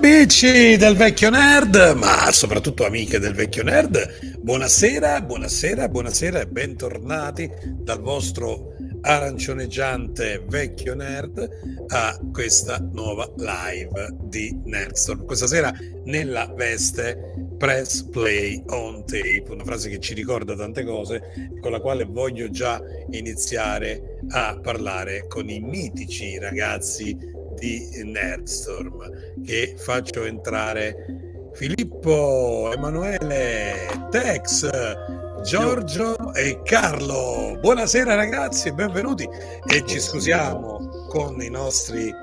Amici del Vecchio Nerd, ma soprattutto amiche del Vecchio Nerd, buonasera e bentornati dal vostro arancione Vecchio Nerd a questa nuova live di Nerdstorm. Questa sera nella veste Press Play on Tape, una frase che ci ricorda tante cose, con la quale voglio già iniziare a parlare con i mitici ragazzi di Nerdstorm, che faccio entrare Filippo, Emanuele, Tex, Giorgio e Carlo. Buonasera ragazzi e benvenuti, e ci scusiamo con i nostri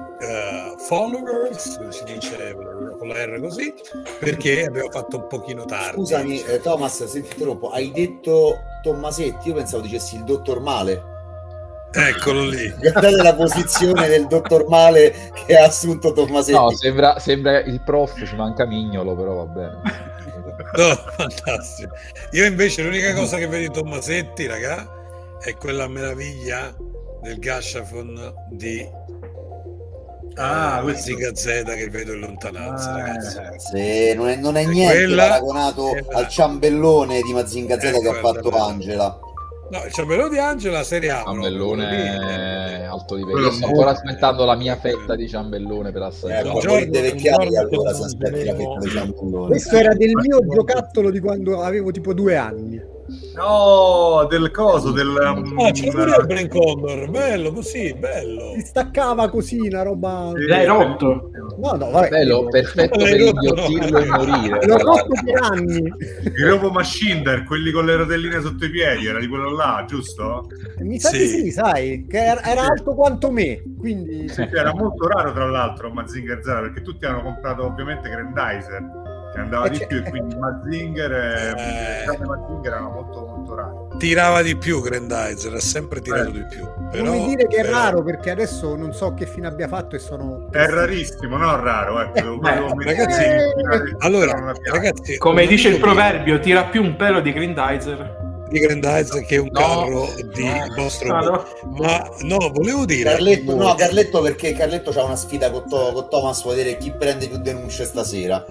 followers, come si dice con la R così, perché abbiamo fatto un pochino tardi. Scusami Thomas, se ti interrompo, hai detto Tommasetti, io pensavo dicessi il dottor Male. Eccolo lì. Guardate la posizione del dottor Male che ha assunto Tommasetti. No, sembra il prof, ci manca Mignolo, però va bene. No, fantastico. Io invece l'unica cosa che vedo di Tommasetti, raga, è quella meraviglia del Gashafon di Mazinga Z che vedo in lontananza, ragazzi. Sì, non è niente quella, paragonato al ciambellone di Mazinga Z che ha fatto Angela. No, il ciambellone di Angela Serie A. Ciambellone alto livello. Sto ancora aspettando la mia fetta di ciambellone per assaggiare. Buongiorno, vecchiati, allora si aspetti la fetta di ciambellone. Questo era del mio giocattolo di quando avevo tipo 2 anni. No, del coso, c'è pure il Brain Condor, bello così, bello. Si staccava così, una roba... L'hai rotto? No, vabbè. Bello, perfetto per inghiottirlo e morire. L'ho rotto per anni. Il Robo Machinder, quelli con le rotelline sotto i piedi, era di quello là, giusto? Mi sa di sì, sai, che era alto quanto me, quindi... Sì, era molto raro tra l'altro Mazinger Z, perché tutti hanno comprato ovviamente Grandizer, che andava di più, e quindi Mazinger erano molto rari. Tirava di più Grandizer, ha sempre tirato di più. Però, non mi dire che è raro, perché adesso non so che fine abbia fatto e sono... È rarissimo, non raro, ragazzi, allora, ragazzi, come dice il proverbio, tira più un pelo di Grandizer che è un carro di vostro ma no, volevo dire Carletto, perché Carletto c'ha una sfida con Thomas, vuol vedere chi prende più denunce stasera.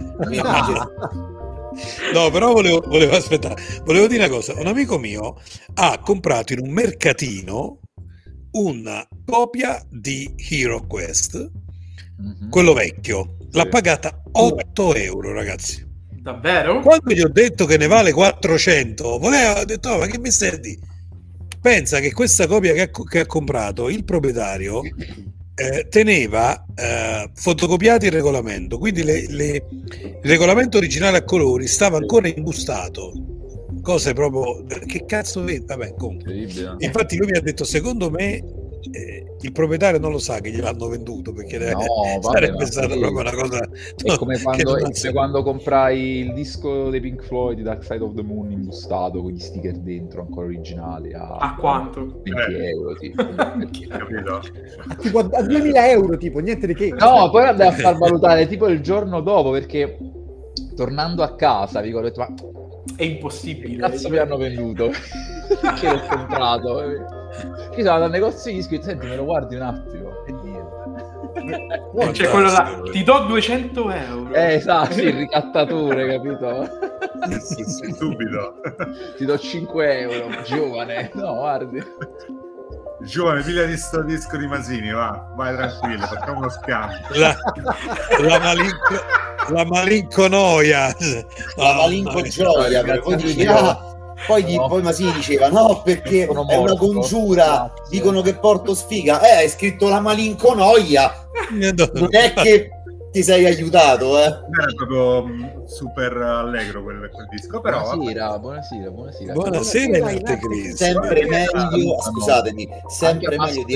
No, però volevo dire una cosa. Un amico mio ha comprato in un mercatino una copia di Hero Quest, quello vecchio, l'ha pagata 8 euro, ragazzi. Davvero? Quando gli ho detto che ne vale 400, ho detto, oh, ma che mi stai a dire? Pensa che questa copia che ha comprato il proprietario teneva fotocopiati il regolamento, quindi il regolamento originale a colori stava ancora imbustato, cose proprio, che cazzo vedi? Vabbè, comunque. Infatti lui mi ha detto, secondo me il proprietario non lo sa che gliel'hanno venduto, perché sarebbe stata proprio una cosa. È come quando comprai il disco dei Pink Floyd, Dark Side of the Moon, imbustato con gli sticker dentro ancora originali a quanto? 20 euro tipo. Tipo a 2000 euro, tipo, niente di che. No, poi andai a far valutare tipo il giorno dopo, perché tornando a casa vi ho detto, ma è impossibile, che cazzo mi hanno venduto? Perché l'ho comprato? Io sono andato al negozio di dischi, senti, me lo guardi un attimo, e niente. C'è quello là, ti do 200 euro. Esatto, il ricattatore, capito? Subito. Ti do 5 euro, giovane. No, guardi. Giovane, pigliati sto disco di Masini, vai tranquillo, facciamo uno scambio. La malinconoia. La malincogioia, poi Masini diceva no, perché è una congiura, dicono che porto sfiga, hai scritto la malinconoia, non è che ti sei aiutato, Era proprio super allegro quel disco, però buonasera sempre meglio, scusatemi, sempre meglio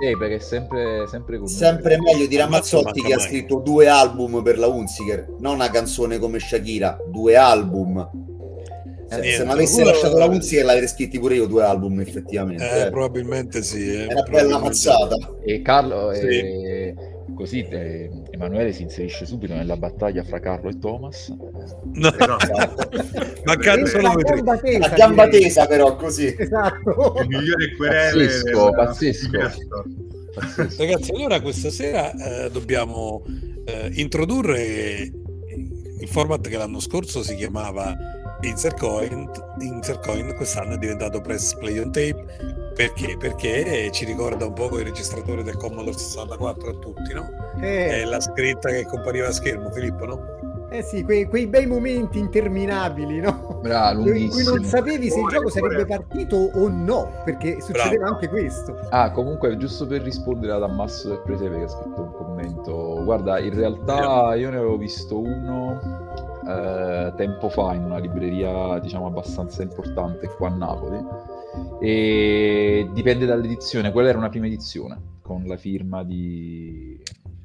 di Ramazzotti, che ha scritto 2 album per la Hunziker, non una canzone come Shakira, 2 album. Se non avesse lasciato la Hunziker l'avrei scritti pure io 2 album, effettivamente. Probabilmente sì. È una bella mazzata. E Carlo così Emanuele si inserisce subito nella battaglia fra Carlo e Thomas. No. Ma cazzo, a gamba tesa, però, così. Esatto. Il migliore querele pazzesco. Ragazzi, allora questa sera dobbiamo introdurre il format che l'anno scorso si chiamava Insert Coin, quest'anno è diventato Press Play on Tape. Perché ci ricorda un po' il registratore del Commodore 64 a tutti, no? È la scritta che compariva a schermo, Filippo, no? Sì, quei bei momenti interminabili, no? Bravo, in cui non sapevi se il gioco sarebbe partito o no, perché succedeva anche questo. Comunque, giusto per rispondere ad Ammasso del Presepe che ha scritto un commento, guarda, in realtà io ne avevo visto uno tempo fa in una libreria, diciamo, abbastanza importante qua a Napoli, e dipende dall'edizione. Quella era una prima edizione con la firma di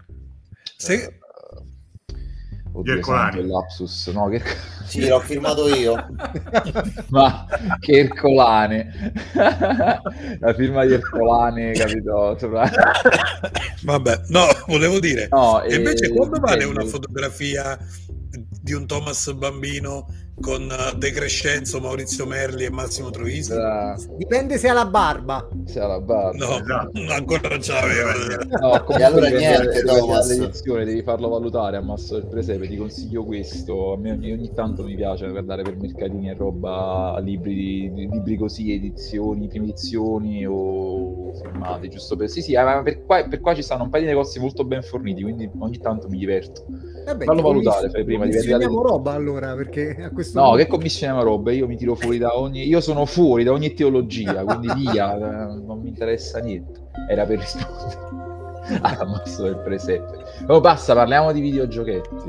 oddio, santo, il lapsus, no, sì, l'ho firmato io. Ma che Ercolane, la firma di Ercolane, capito? Vabbè, no, volevo dire, e invece quando vale una fotografia di un Thomas bambino con De Crescenzo, Maurizio Merli e Massimo Troisi? Dipende se ha la barba. Se ha la barba. No, ancora non ce l'aveva. No, e allora niente, Thomas. L'edizione devi farlo valutare a Masso del Presepe, ti consiglio questo. A me ogni tanto mi piace guardare per mercatini e roba, libri così, edizioni, prime edizioni o firmati, giusto per... Sì, ma per qua ci stanno un paio di negozi molto ben forniti, quindi ogni tanto mi diverto. Fallo valutare, fai prima di vedere roba, allora, perché a questo punto... che commissioniamo roba? Io mi tiro fuori io sono fuori da ogni teologia, quindi via, non mi interessa niente. Era per rispondere alla Masso del Presepe. Basta, parliamo di videogiochetti.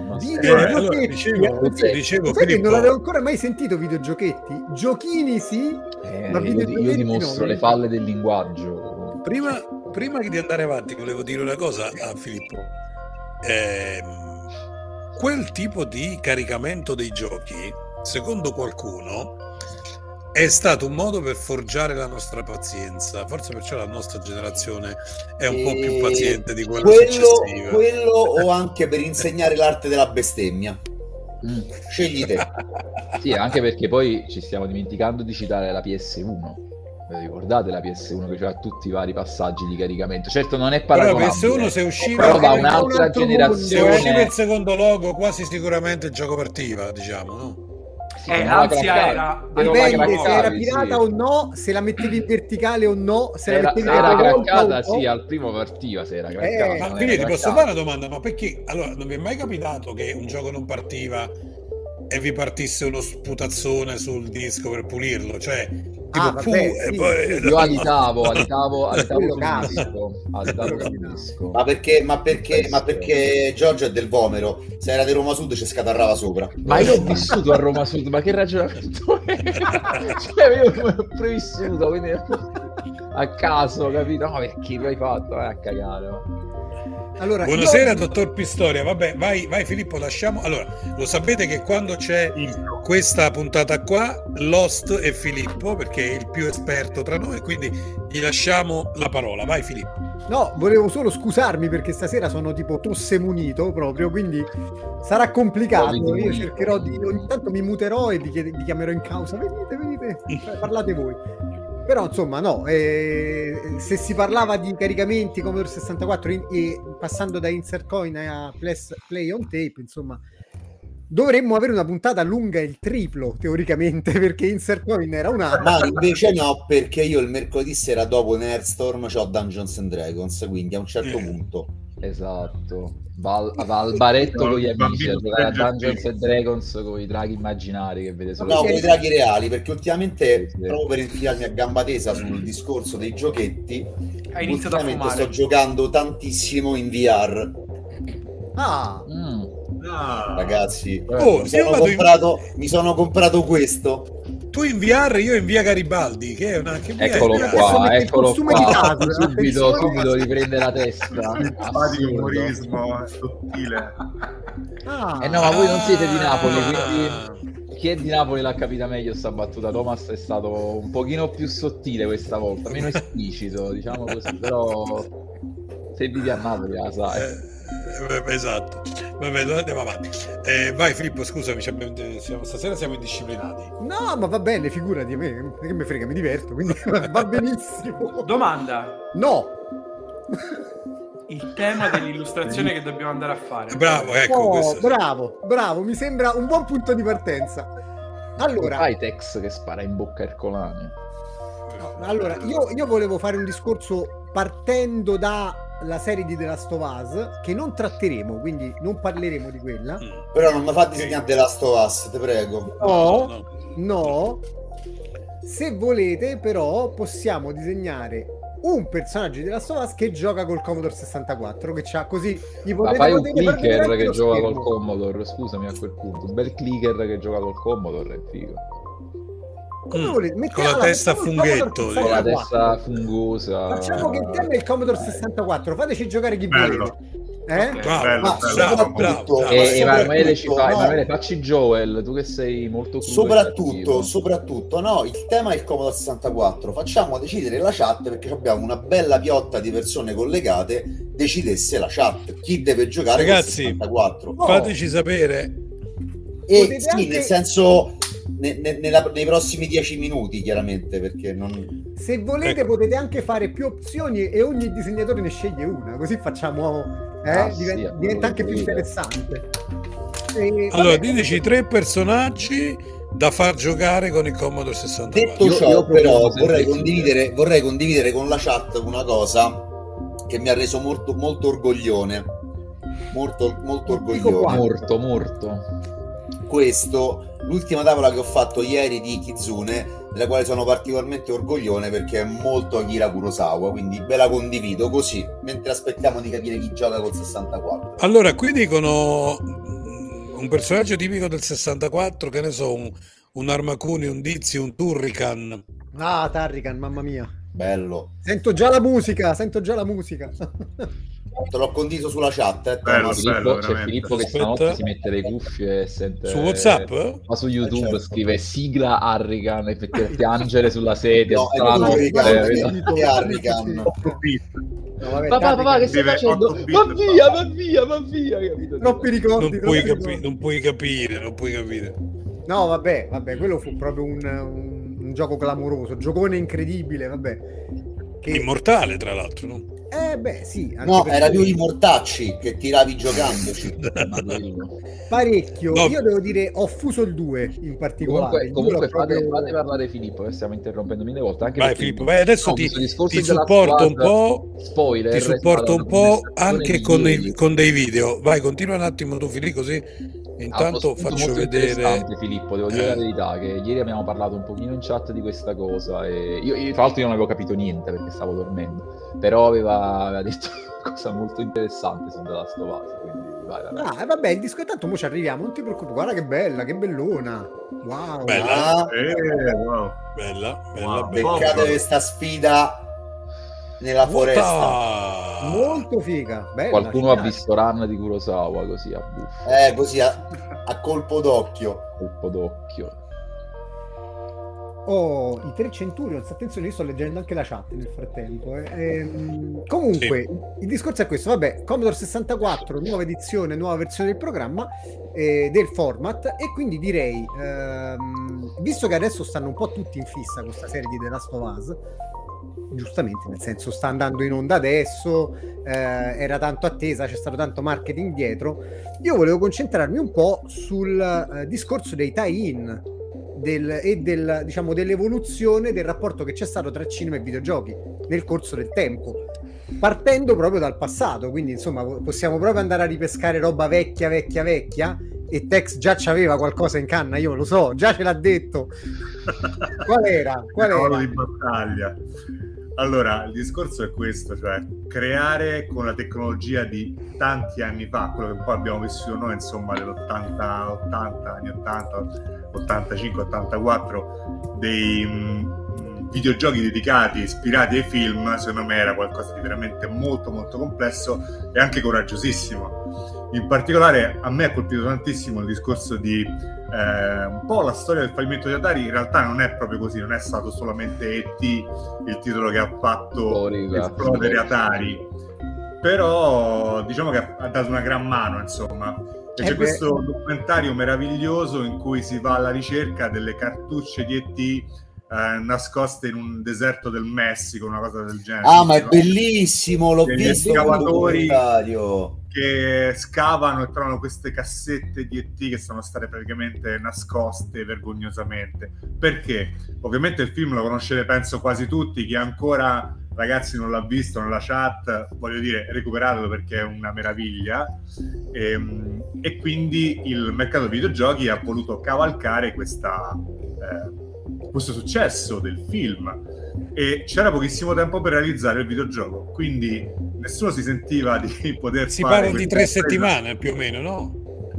Dicevo sai che non l'avevo ancora mai sentito videogiochetti? Giochini sì, ma io dimostro le falle del linguaggio. Prima di andare avanti volevo dire una cosa a Filippo. Quel tipo di caricamento dei giochi, secondo qualcuno, è stato un modo per forgiare la nostra pazienza. Forse perciò la nostra generazione è un po' più paziente di quella successiva. Quello o anche per insegnare l'arte della bestemmia. Scegli te. Sì, anche perché poi ci stiamo dimenticando di citare la PS1. Ricordate la PS1 che c'era tutti i vari passaggi di caricamento? Certo non è paragonabile, però la PS1 se usciva però da un'altra generazione, se usciva il secondo logo quasi sicuramente il gioco partiva, diciamo, no? Anzi, dipende se era pirata o no, se la mettevi in verticale o no, se la mettevi era craccata, sì, al primo partiva se era craccata. Ma quindi ti posso fare una domanda, ma perché allora non vi è mai capitato che un gioco non partiva e vi partisse uno sputazzone sul disco per pulirlo? Cioè tipo io alitavo sul disco. Ma perché Giorgio è del Vomero, se era di Roma Sud ci scatarrava sopra. Ma io ho vissuto a Roma Sud, ma che ragionamento è? Cioè io ho previssuto, quindi a caso, capito? No, perché lo hai fatto? Vai a cagare, no? Allora, buonasera dottor Pistoria. Vabbè, vai Filippo, lasciamo. Allora, lo sapete che quando c'è questa puntata qua, Lost è Filippo, perché è il più esperto tra noi, quindi gli lasciamo la parola. Vai Filippo. No, volevo solo scusarmi perché stasera sono tipo tosse munito proprio, quindi sarà complicato. Io cercherò ogni tanto mi muterò e vi chiamerò in causa. Venite, parlate voi. Però insomma no, se si parlava di caricamenti Commodore 64 e passando da Insert Coin a Play on Tape, insomma dovremmo avere una puntata lunga il triplo teoricamente, perché Insert Coin era una... Ma invece no, perché io il mercoledì sera dopo Nerdstorm c'ho Dungeons and Dragons, quindi a un certo punto... Esatto, va al baretto con gli amici a giocare a Dungeons and Dragons con i draghi immaginari che vede solo con i draghi reali, perché ultimamente proprio per infilarmi a gamba tesa sul discorso dei giochetti, ultimamente sto giocando tantissimo in VR. Ragazzi, mi sono comprato questo. Tu in VR, io in via Garibaldi, che è una... eccolo qua, subito riprende la testa. Umorismo sottile. No, ma voi non siete di Napoli, quindi chi è di Napoli l'ha capita meglio sta battuta. Thomas è stato un pochino più sottile questa volta, meno esplicito, diciamo così, però se vivi a Napoli la sai. Esatto. Vabbè, andiamo avanti. Vai Filippo, scusami, stasera siamo indisciplinati. No, ma va bene, figurati, a me che me frega, mi diverto, quindi va benissimo. Domanda. No. il tema dell'illustrazione che dobbiamo andare a fare. Bravo, ecco. Bravo, mi sembra un buon punto di partenza. Allora, Itex che spara in bocca a Ercolani. Allora, io volevo fare un discorso partendo dalla serie di The Last of Us, che non tratteremo, quindi non parleremo di quella. Però non mi fa disegnare The Last of Us, te prego. No. Se volete, però, possiamo disegnare un personaggio di The Last of Us che gioca col Commodore 64, che c'ha così. Ma fai un clicker che gioca col Commodore, scusami, a quel punto. Un bel clicker che gioca col Commodore è figo. Con la testa a funghetto, con la testa fungosa. Facciamo che il tema è il Commodore 64, fateci giocare chi volete. Bravo. Emanuele, facci Joel, tu che sei molto soprattutto no, il tema è il Commodore 64. Facciamo decidere la chat, perché abbiamo una bella piotta di persone collegate. Decidesse la chat chi deve giocare, ragazzi, con 64. Fateci sapere. E sì, anche... nel senso nei prossimi 10 minuti, chiaramente, perché non... Se volete potete anche fare più opzioni e ogni disegnatore ne sceglie una, così facciamo diventa anche più interessante. Allora, diteci 3 personaggi da far giocare con il Commodore 64. Detto ciò, però vorrei condividere con la chat una cosa che mi ha reso molto orgoglione. Molto questo, l'ultima tavola che ho fatto ieri di Kizune, della quale sono particolarmente orgoglione perché è molto Akira Kurosawa, quindi ve la condivido così mentre aspettiamo di capire chi gioca col 64. Allora, qui dicono un personaggio tipico del 64, che ne so, un Armakuni, un Dizzy, un Turrican. Ah, Turrican, mamma mia, bello, sento già la musica. Te l'ho condiviso sulla chat. C'è Filippo che stanotte si mette le cuffie e sente su WhatsApp, ma su YouTube certo. Scrive sigla Harrigan, effettivamente piangere sulla sedia. Harrigan. Papà, che stai facendo? Va via, capito? Troppi ricordi. Non puoi capire. No, vabbè, quello fu proprio un gioco clamoroso, giocone incredibile, vabbè. Immortale, tra l'altro, no? Sì. No, era più i mortacci che tiravi giocandoci. Parecchio. No. Io devo dire, ho fuso il 2 in particolare. Comunque fate parlare Filippo, che stiamo interrompendo mille volte. Anche vai Filippo, vai, adesso ti supporto un po'. Spoiler. Ti supporto un po' anche con dei video. Vai, continua un attimo tu, Filippo, così. Intanto faccio vedere Filippo, devo dire la verità, che ieri abbiamo parlato un pochino in chat di questa cosa e io tra l'altro non avevo capito niente perché stavo dormendo, però aveva detto una cosa molto interessante su The Last of Us, quindi vai. Vabbè, il disco, tanto mo ci arriviamo, non ti preoccupare, guarda che bella, che bellona, wow. Bella. Beccate questa sfida nella foresta, molto figa, bella. Qualcuno ha visto Run di Kurosawa così a buffo, così a colpo d'occhio. I 3 Centurions, attenzione, io sto leggendo anche la chat nel frattempo. Comunque, sì. Il discorso è questo, vabbè, Commodore 64, nuova edizione, nuova versione del programma, del format, e quindi direi, visto che adesso stanno un po' tutti in fissa con questa serie di The Last of Us, giustamente, nel senso, sta andando in onda adesso, era tanto attesa, c'è stato tanto marketing dietro, io volevo concentrarmi un po' sul discorso dei tie-in diciamo dell'evoluzione del rapporto che c'è stato tra cinema e videogiochi nel corso del tempo, partendo proprio dal passato, quindi insomma possiamo proprio andare a ripescare roba vecchia, e Tex già c'aveva qualcosa in canna, io lo so, già ce l'ha detto. Qual era? Di battaglia. Allora, il discorso è questo, cioè creare con la tecnologia di tanti anni fa, quello che poi abbiamo vissuto noi, insomma, dell'80, anni 80, 85, 84, dei videogiochi dedicati, ispirati ai film, secondo me era qualcosa di veramente molto molto complesso e anche coraggiosissimo. In particolare a me ha colpito tantissimo il discorso di un po' la storia del fallimento di Atari. In realtà non è proprio così, non è stato solamente E.T. il titolo che ha fatto esplodere Atari, però diciamo che ha dato una gran mano, insomma. E c'è questo documentario meraviglioso in cui si va alla ricerca delle cartucce di E.T. nascoste in un deserto del Messico, una cosa del genere. Ah, ma è bellissimo, l'ho visto, scavatori che scavano e trovano queste cassette di ET che sono state praticamente nascoste vergognosamente. Perché? Ovviamente il film lo conoscete penso quasi tutti, chi ancora ragazzi non l'ha visto nella chat, voglio dire, recuperatelo perché è una meraviglia. E quindi il mercato dei videogiochi ha voluto cavalcare questo successo del film e c'era pochissimo tempo per realizzare il videogioco, quindi nessuno si sentiva di poter parla di 3 settimane più o meno, no?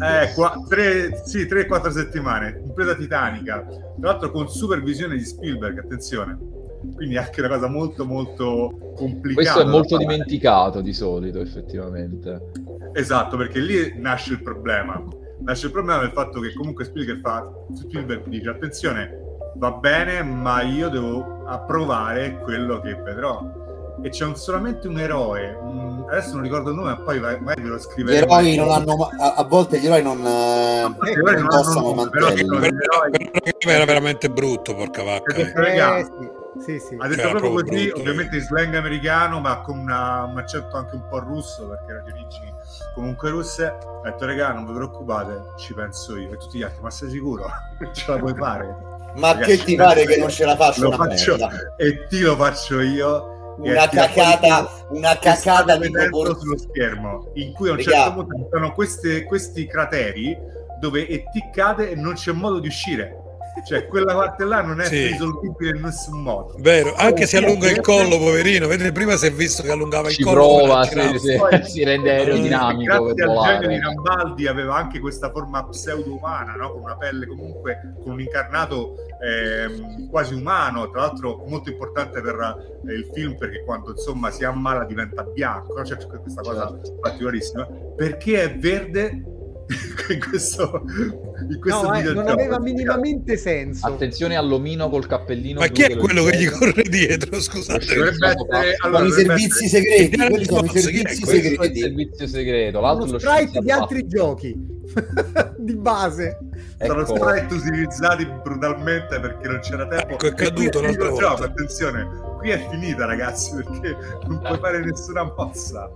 3-4 settimane, impresa titanica, tra l'altro con supervisione di Spielberg, attenzione, quindi anche una cosa molto molto complicata. Questo è molto dimenticato di solito, effettivamente. Esatto, perché lì nasce il problema del fatto che comunque Spielberg dice attenzione, va bene, ma io devo approvare quello che vedrò. E c'è solamente un eroe, adesso non ricordo il nome, ma poi magari ve lo scriverò. Gli eroi non hanno, a volte gli eroi non indossano mantelli. Era veramente brutto, porca vacca. Sì. Ha detto proprio così, ovviamente in slang americano, ma con un accento anche un po' russo, perché era di origini comunque russe. Ha detto regà, non vi preoccupate, ci penso io. E tutti gli altri, ma sei sicuro? Ce la puoi fare? Ma ragazzi, che ti pare che non ce la faccio una merda? E ti lo faccio io. Una cacata di sullo schermo, in cui a un certo punto sono questi crateri dove ET cade e non c'è modo di uscire. Cioè quella parte là non è risolvibile in nessun modo. Vero, anche se allunga il collo, poverino. Vedete, prima si è visto che allungava il collo. Prova, si rende aerodinamico. Grazie al genio di Rambaldi aveva anche questa forma pseudo-umana, no? Con una pelle comunque, con un incarnato quasi umano. Tra l'altro molto importante per il film, perché quando insomma si ammala diventa bianco, no? Cioè, questa cosa particolarissima. Perché è verde? in questo non aveva minimamente senso. Attenzione all'omino col cappellino. Ma chi è quello che gli corre dietro? Scusate, i servizi segreti. Quelli sono i servizi segreti. Il servizio segreto. L'altro lo sprite di altri giochi di base. Sono sprite utilizzati brutalmente perché non c'era tempo. Ecco, è caduto l'altra volta. Attenzione, qui è finita, ragazzi, perché non puoi fare nessuna mossa.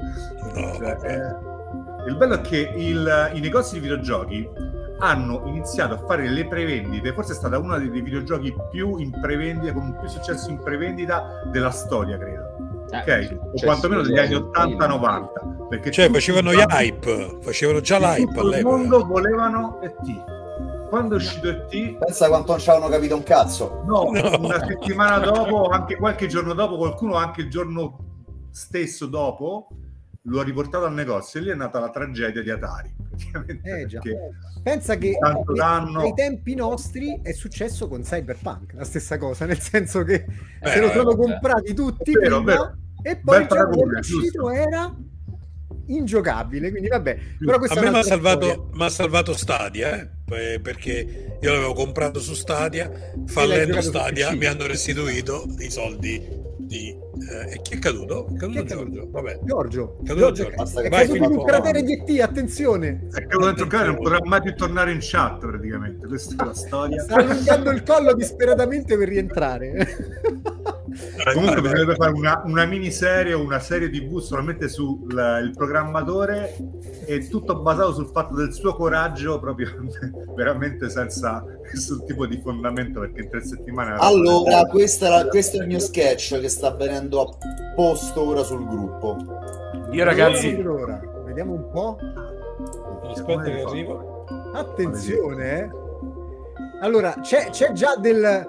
Il bello è che i negozi di videogiochi hanno iniziato a fare le prevendite, forse è stata una dei videogiochi più in prevendita, con più successo in prevendita della storia, credo. Ok? O quantomeno degli anni 80-90. Perché facevano gli hype, facevano già l'hype all'epoca. Il mondo volevano ET. Quando è uscito ET, pensa quanto non ci avevano capito un cazzo. No, una settimana dopo, anche qualche giorno dopo, qualcuno anche il giorno stesso dopo lo ha riportato al negozio e lì è nata la tragedia di Atari. Pensa che ai tempi nostri è successo con Cyberpunk la stessa cosa, nel senso che se lo sono comprati tutti prima, e poi il gioco uscito era ingiocabile, quindi vabbè. Però a me mi ha salvato Stadia, perché io l'avevo comprato su Stadia, fallendo Stadia mi hanno restituito i soldi di e chi è caduto? È caduto Giorgio. Vabbè. Giorgio è caduto in un cratere di ET, attenzione. È caduto dentro il cratere, non potrà mai più tornare in chat praticamente. Questa è la storia. Sta allungando il collo disperatamente per rientrare. Comunque bisognerebbe fare una miniserie o una serie TV solamente sul programmatore, e tutto basato sul fatto del suo coraggio, proprio veramente senza nessun tipo di fondamento, perché in 3 settimane allora questo è il mio sketch che sta avvenendo a posto ora sul gruppo. Io ragazzi, allora, vediamo un po'. Aspetta che arrivo. Attenzione, allora c'è già del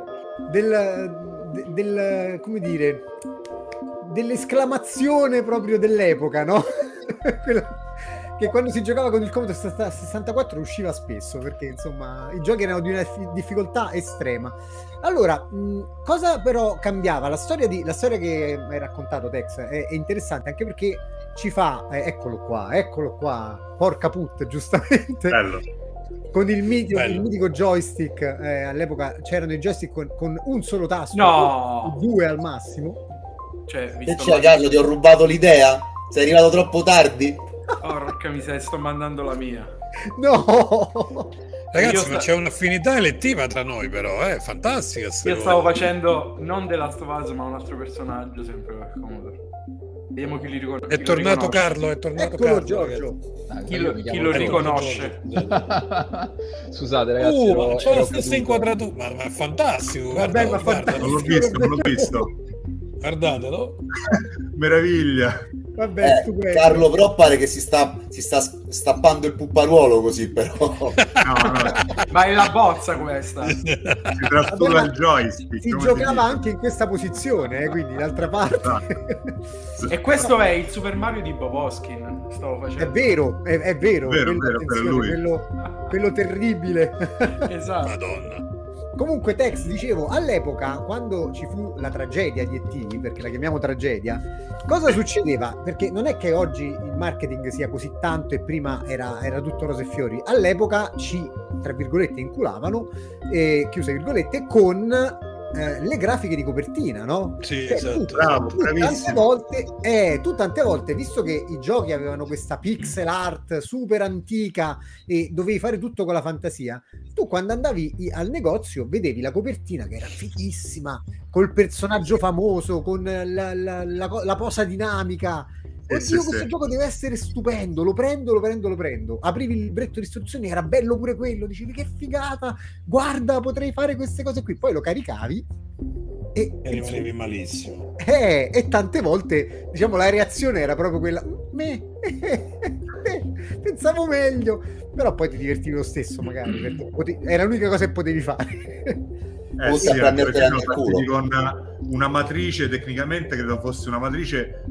come dire, dell'esclamazione proprio dell'epoca, no? Che quando si giocava con il Commodore 64 usciva spesso, perché insomma i giochi erano di una difficoltà estrema. Allora, cosa però cambiava? La storia che hai raccontato, Tex, è interessante, anche perché ci fa eccolo qua, porca put, giustamente. Bello. Con il mitico joystick, all'epoca c'erano i joystick con un solo tasto, no, 2 al massimo. Cioè, Carlo, ti ho rubato l'idea? Sei arrivato troppo tardi? Porca miseria, sto mandando la mia. No! Ragazzi, ma c'è un'affinità elettiva tra noi, però, è fantastica. Io stavo facendo non The Last of Us, ma un altro personaggio sempre per Commodore. Vediamo chi li riconosce. È tornato Carlo, è tornato Eccolo, Carlo. Giorgio. Chi lo riconosce? Scusate, ragazzi. C'è la stessa inquadratura, ma è fantastico. Vabbè, guarda, ma Non l'ho visto. Guardatelo. Meraviglia. Vabbè, stupendo. Carlo però pare che si sta stappando il pupparuolo così, però. No. Ma è la bozza questa. Si trascura il joystick. Si giocava anche in questa posizione, quindi d'altra parte. E questo è il Super Mario di Bob Hoskin. Stavo facendo. È vero, è vero. Vero, lui. Quello terribile. Esatto. Madonna. Comunque, Tex, dicevo, all'epoca, quando ci fu la tragedia di E.T., perché la chiamiamo tragedia, cosa succedeva? Perché non è che oggi il marketing sia così tanto e prima era tutto rose e fiori. All'epoca ci, tra virgolette, inculavano, chiuse virgolette, con le grafiche di copertina, no? Sì, cioè, esatto. Bravo, tu tante volte, visto che i giochi avevano questa pixel art super antica e dovevi fare tutto con la fantasia, tu quando andavi al negozio vedevi la copertina che era fighissima, col personaggio famoso, con la posa dinamica. Oddio, questo gioco deve essere stupendo, lo prendo. Aprivi il libretto di istruzioni, era bello pure quello, dicevi che figata, guarda, potrei fare queste cose qui, poi lo caricavi e rimanevi malissimo. E tante volte, diciamo, la reazione era proprio quella, pensavo meglio, però poi ti divertivi lo stesso magari, perché era l'unica cosa che potevi fare. Sì, con una matrice, tecnicamente credo fosse una matrice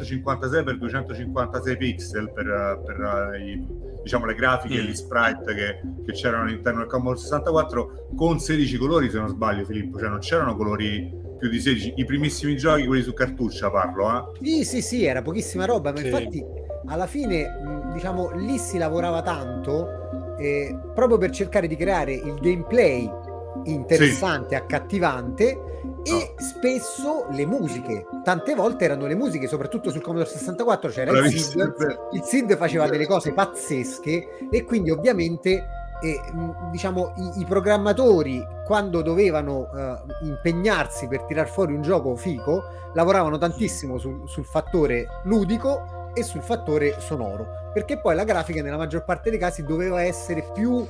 256x256 pixel per diciamo le grafiche e gli sprite che c'erano all'interno del Commodore 64, con 16 colori, se non sbaglio, Filippo, cioè non c'erano colori più di 16, i primissimi giochi, quelli su cartuccia parlo, Sì, era pochissima roba, ma infatti alla fine, diciamo, lì si lavorava tanto proprio per cercare di creare il gameplay interessante, accattivante, e spesso le musiche, tante volte erano le musiche, soprattutto sul Commodore 64 c'era il SID faceva delle cose pazzesche, e quindi ovviamente diciamo i programmatori, quando dovevano impegnarsi per tirar fuori un gioco fico, lavoravano tantissimo sul fattore ludico e sul fattore sonoro, perché poi la grafica nella maggior parte dei casi doveva essere più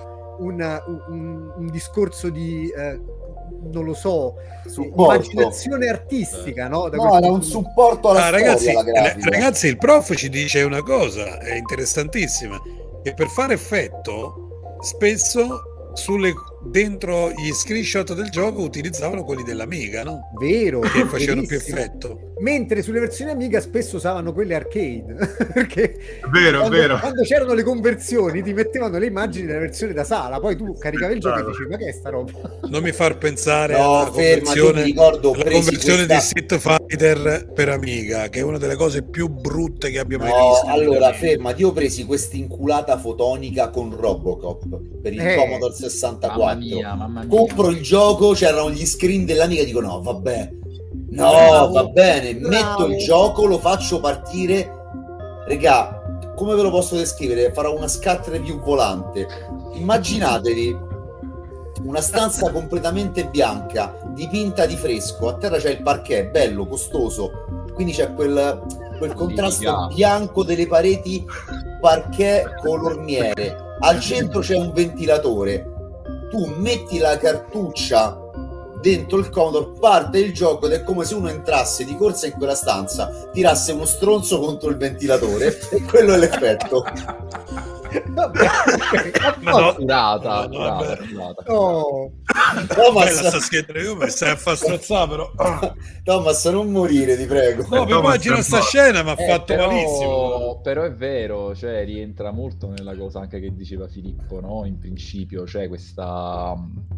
un discorso di non lo so, supporto, immaginazione artistica, no? Era un supporto alla storia, ragazzi, il prof ci dice una cosa è interessantissima, che per fare effetto spesso dentro gli screenshot del gioco utilizzavano quelli dell'Amiga, no? Vero, che facevano più effetto, mentre sulle versioni Amiga spesso usavano quelle arcade perché vero. Quando c'erano le conversioni ti mettevano le immagini della versione da sala, poi tu caricavi il gioco e dicevi ma che è sta roba? Non mi far pensare alla conversione di Street Fighter per Amiga, che è una delle cose più brutte che abbia mai visto. Allora fermati, io ho presi questa inculata fotonica con Robocop per il Commodore 64. Mamma mia. Compro il gioco, c'erano gli screen dell'Amiga, dico no, vabbè, va bene, metto il gioco, lo faccio partire. Regà, come ve lo posso descrivere? Farò una scat review volante. Immaginatevi una stanza completamente bianca, dipinta di fresco, a terra c'è il parquet, bello, costoso, quindi c'è quel contrasto bianco delle pareti, parquet color miele, al centro c'è un ventilatore, tu metti la cartuccia dentro il Commodore, parte il gioco ed è come se uno entrasse di corsa in quella stanza, tirasse uno stronzo contro il ventilatore e quello è l'effetto. Curata. Thomas, stai a far strozzare, però. Thomas, non morire, ti prego. No, mi immagino sta scena, mi ha fatto malissimo. Però è vero, cioè rientra molto nella cosa anche che diceva Filippo, no? In principio, cioè questa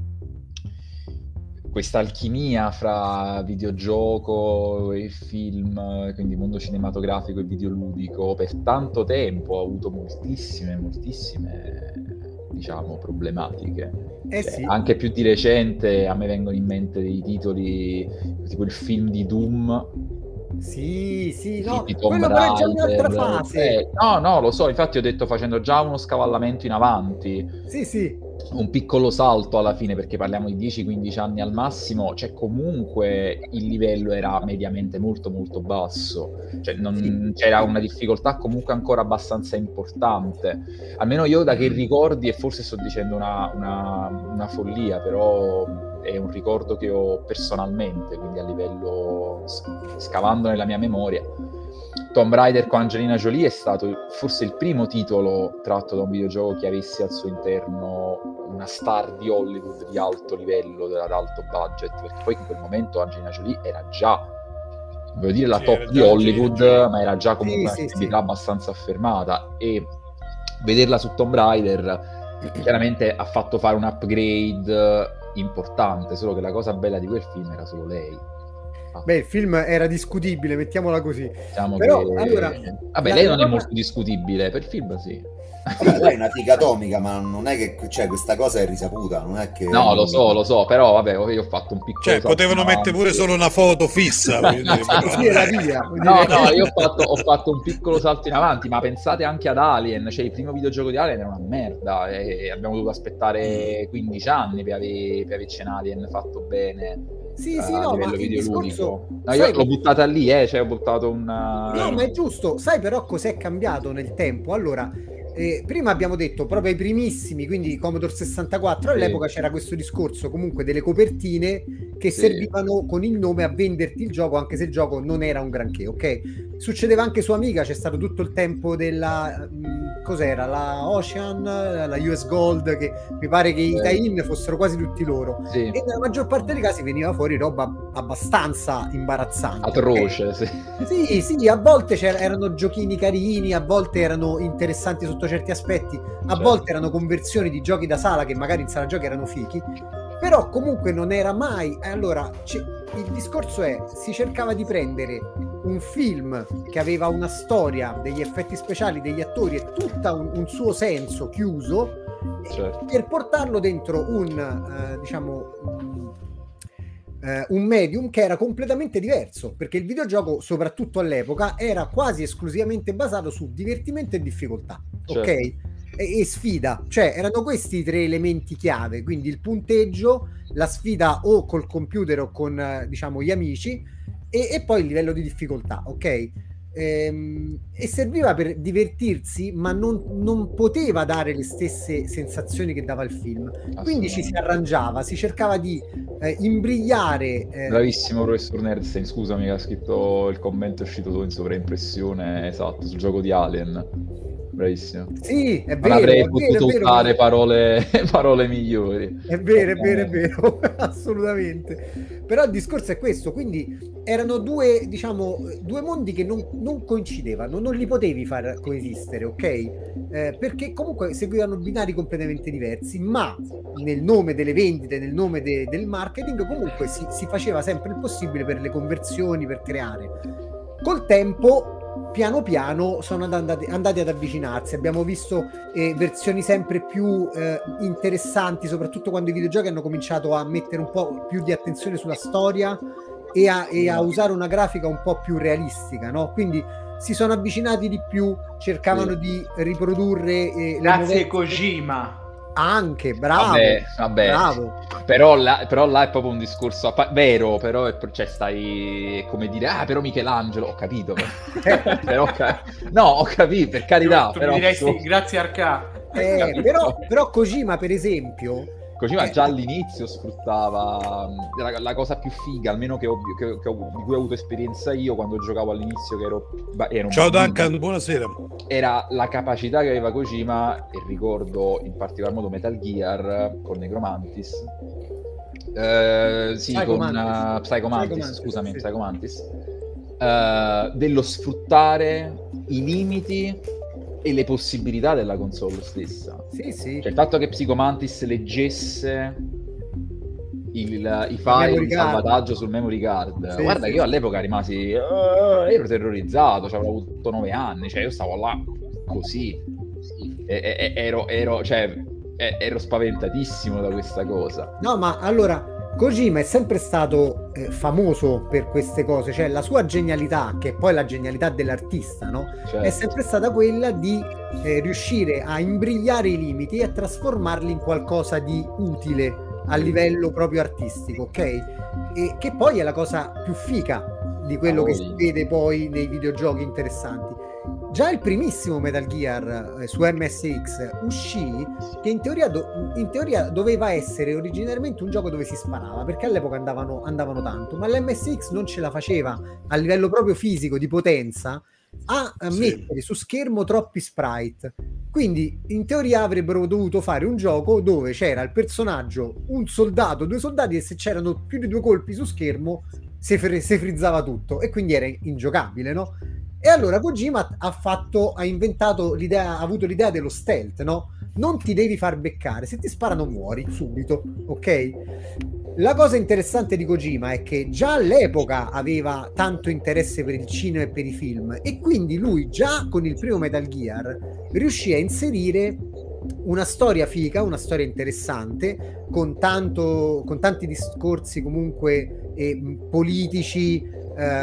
alchimia fra videogioco e film, quindi mondo cinematografico e videoludico, per tanto tempo ha avuto moltissime diciamo problematiche. Sì. Anche più di recente a me vengono in mente dei titoli tipo il film di Doom. Sì, no, quello è già un'altra fase. No, lo so, infatti ho detto facendo già uno scavallamento in avanti. Sì. un piccolo salto alla fine, perché parliamo di 10-15 anni al massimo, cioè comunque il livello era mediamente molto molto basso, cioè non c'era una difficoltà comunque ancora abbastanza importante, almeno io da che ricordi, e forse sto dicendo una follia, però è un ricordo che ho personalmente, quindi a livello, scavando nella mia memoria, Tomb Raider con Angelina Jolie è stato forse il primo titolo tratto da un videogioco che avesse al suo interno una star di Hollywood di alto livello, ad alto budget, perché poi in quel momento Angelina Jolie era già, voglio dire, la top di Hollywood, ma era già comunque un'attività abbastanza affermata, e vederla su Tomb Raider chiaramente ha fatto fare un upgrade importante, solo che la cosa bella di quel film era solo lei. Beh, il film era discutibile, mettiamola così. Diciamo però che... allora, vabbè, lei non è molto discutibile, per il film sì. Lei è una figa atomica, ma non è che, cioè, questa cosa è risaputa, non è che... No, lo so, però vabbè, io ho fatto un piccolo... Cioè, potevano mettere pure solo una foto fissa. Sì, era via. No, io ho fatto un piccolo salto in avanti, ma pensate anche ad Alien, cioè il primo videogioco di Alien era una merda, e abbiamo dovuto aspettare 15 anni per averci un Alien fatto bene. Sì, a no, livello ma videoludico. No, io l'ho buttata lì, cioè ho buttato un... No, ma è giusto. Sai però cos'è cambiato nel tempo? Allora, prima abbiamo detto proprio ai primissimi, quindi Commodore 64, all'epoca c'era questo discorso comunque delle copertine che servivano con il nome a venderti il gioco, anche se il gioco non era un granché, ok? Succedeva anche su Amiga, c'è stato tutto il tempo della... cos'era? La Ocean, la US Gold, che mi pare che i tie-in fossero quasi tutti loro. Sì. E nella maggior parte dei casi veniva fuori roba abbastanza imbarazzante. Atroce, okay? Sì, a volte erano giochini carini, a volte erano interessanti sotto certi aspetti, a volte erano conversioni di giochi da sala che magari in sala giochi erano fichi, però comunque non era mai... Allora, il discorso è, si cercava di prendere un film che aveva una storia, degli effetti speciali, degli attori e tutto un suo senso chiuso, per portarlo dentro un medium che era completamente diverso, perché il videogioco, soprattutto all'epoca, era quasi esclusivamente basato su divertimento e difficoltà, ok? E sfida, cioè erano questi i tre elementi chiave, quindi il punteggio, la sfida o col computer o con diciamo gli amici, e poi il livello di difficoltà, ok? E serviva per divertirsi, ma non poteva dare le stesse sensazioni che dava il film, quindi ci si arrangiava, si cercava di imbrigliare. Bravissimo professor Nerdstein, scusami che ha scritto il commento, è uscito in sovraimpressione, esatto, sul gioco di Alien. Bravissimo. Sì, è vero. Non avrei potuto usare parole migliori. È vero, assolutamente. Però il discorso è questo, quindi erano due mondi che non coincidevano, non li potevi far coesistere, ok? Perché comunque seguivano binari completamente diversi, ma nel nome delle vendite, nel nome del marketing, comunque si faceva sempre il possibile per le conversioni, per creare. Col tempo, piano piano sono andati ad avvicinarsi, abbiamo visto versioni sempre più interessanti, soprattutto quando i videogiochi hanno cominciato a mettere un po' più di attenzione sulla storia e a usare una grafica un po' più realistica, no? Quindi si sono avvicinati di più, cercavano di riprodurre grazie Kojima. Anche, bravo. Vabbè. Bravo. Però là è proprio un discorso vero, però cioè stai come dire, però Michelangelo, ho capito. Però, no, ho capito, per carità. Però, diresti, grazie Arca. Però Kojima, per esempio, Kojima già all'inizio sfruttava la cosa più figa, almeno di cui ho avuto esperienza io quando giocavo all'inizio, che ero ciao Duncan, buonasera. Era la capacità che aveva Kojima, e ricordo in particolar modo Metal Gear con Necromantis, Psycho Mantis, dello sfruttare i limiti e le possibilità della console stessa. Sì. Cioè, il fatto che Psycho Mantis leggesse i file di salvataggio sul memory card, guarda che io all'epoca rimasi ero terrorizzato, cioè, avevo avuto 9 anni, cioè io stavo là così ero spaventatissimo da questa cosa. No, ma allora Kojima è sempre stato famoso per queste cose, cioè la sua genialità, che è poi la genialità dell'artista, no? Certo. È sempre stata quella di riuscire a imbrigliare i limiti e a trasformarli in qualcosa di utile a livello proprio artistico, ok? E che poi è la cosa più fica di quello che si vede poi nei videogiochi interessanti. Già il primissimo Metal Gear su MSX uscì che in teoria doveva essere originariamente un gioco dove si sparava, perché all'epoca andavano tanto, ma l'MSX non ce la faceva a livello proprio fisico di potenza a mettere su schermo troppi sprite. Quindi in teoria avrebbero dovuto fare un gioco dove c'era il personaggio, un soldato, 2 soldati, e se c'erano più di 2 colpi su schermo si frizzava tutto e quindi era ingiocabile, no? E allora Kojima ha avuto l'idea dello stealth, no? Non ti devi far beccare, se ti sparano muori subito, ok? La cosa interessante di Kojima è che già all'epoca aveva tanto interesse per il cinema e per i film, e quindi lui già con il primo Metal Gear riuscì a inserire una storia figa, una storia interessante, con tanti discorsi comunque politici,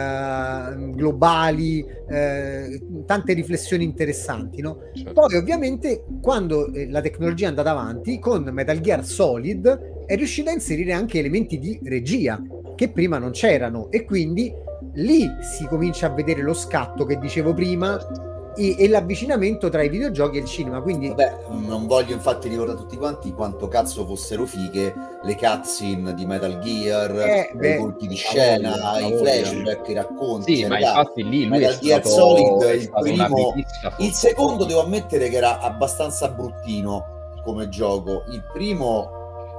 globali, tante riflessioni interessanti, no? Certo. Poi ovviamente quando la tecnologia è andata avanti, con Metal Gear Solid è riuscita a inserire anche elementi di regia che prima non c'erano, e quindi lì si comincia a vedere lo scatto che dicevo prima e l'avvicinamento tra i videogiochi e il cinema. Quindi non voglio infatti ricordare a tutti quanti quanto cazzo fossero fighe le cutscene di Metal Gear, i colpi di scena, i flashback, i racconti. Sì, ma infatti lì lui Metal Gear Solid il primo, il secondo devo ammettere che era abbastanza bruttino come gioco. Il primo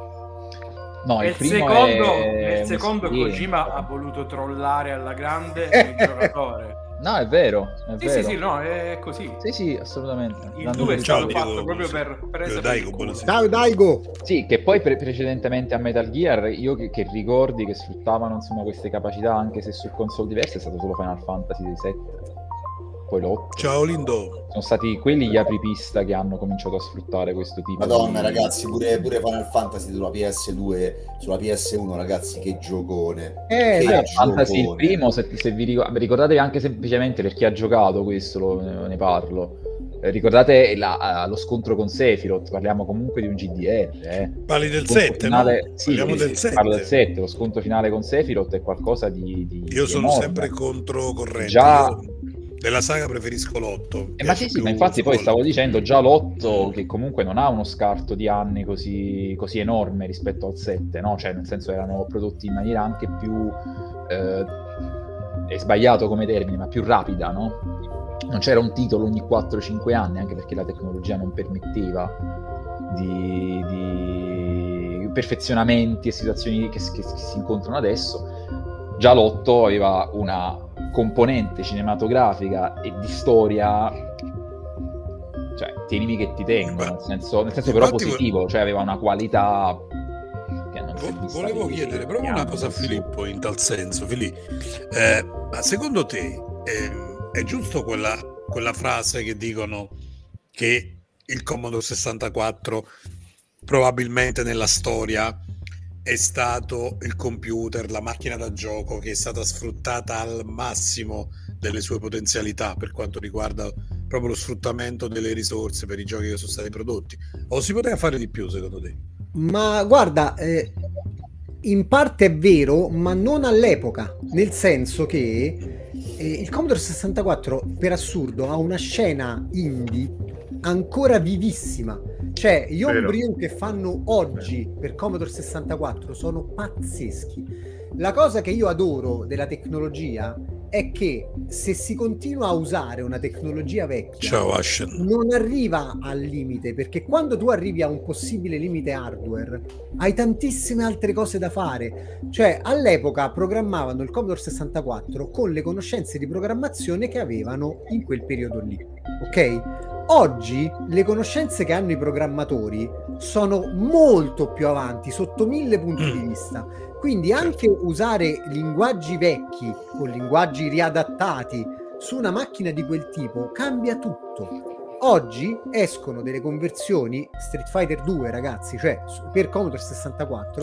nel secondo Kojima ha voluto trollare alla grande il giocatore. No, è vero. Sì, no, è così. Sì, assolutamente. Il 2 è stato fatto proprio per Ciao Daigo. Sì, che poi precedentemente a Metal Gear, io che ricordi che sfruttavano insomma queste capacità anche se su console diverse, è stato solo Final Fantasy VII. Poi l'8. Ciao Lindo. Sono stati quelli gli apripista che hanno cominciato a sfruttare questo tipo. Madonna, ragazzi, pure Final Fantasy sulla PS2, sulla PS1, ragazzi, che giocone. Final Fantasy il primo, se vi ricordatevi anche semplicemente, per chi ha giocato questo, ne parlo. Ricordate lo scontro con Sephiroth, parliamo comunque di un GDR. Parli del 7, finale, no? Sì, parliamo del 7. Parlo del 7, lo scontro finale con Sephiroth è qualcosa di Io sono enorme. Sempre contro corrente. Già... Della saga preferisco l'8. Ma sì, ma infatti poi stavo dicendo già l'8 che comunque non ha uno scarto di anni così enorme rispetto al 7, no? Cioè nel senso erano prodotti in maniera anche più è sbagliato come termine, ma più rapida, no? Non c'era un titolo ogni 4-5 anni, anche perché la tecnologia non permetteva di perfezionamenti e situazioni che si incontrano adesso. Già l'8 aveva una componente cinematografica e di storia, cioè tienimi che ti tengo, nel senso però positivo, cioè aveva una qualità che non si è vista. Volevo chiedere proprio una cosa a Filippo in tal senso. Filippo, ma secondo te è giusto quella frase che dicono che il Commodore 64 probabilmente nella storia è stato il computer, la macchina da gioco che è stata sfruttata al massimo delle sue potenzialità per quanto riguarda proprio lo sfruttamento delle risorse per i giochi che sono stati prodotti? O si poteva fare di più secondo te? Ma guarda, in parte è vero, ma non all'epoca, nel senso che il Commodore 64 per assurdo ha una scena indie ancora vivissima. Cioè gli homebrew che fanno oggi per Commodore 64 sono pazzeschi. La cosa che io adoro della tecnologia è che se si continua a usare una tecnologia vecchia non arriva al limite, perché quando tu arrivi a un possibile limite hardware hai tantissime altre cose da fare. Cioè all'epoca programmavano il Commodore 64 con le conoscenze di programmazione che avevano in quel periodo lì, ok? Oggi le conoscenze che hanno i programmatori sono molto più avanti sotto 1000 punti di vista, quindi anche usare linguaggi vecchi o linguaggi riadattati su una macchina di quel tipo cambia tutto. Oggi escono delle conversioni Street Fighter 2, ragazzi, cioè per Commodore 64,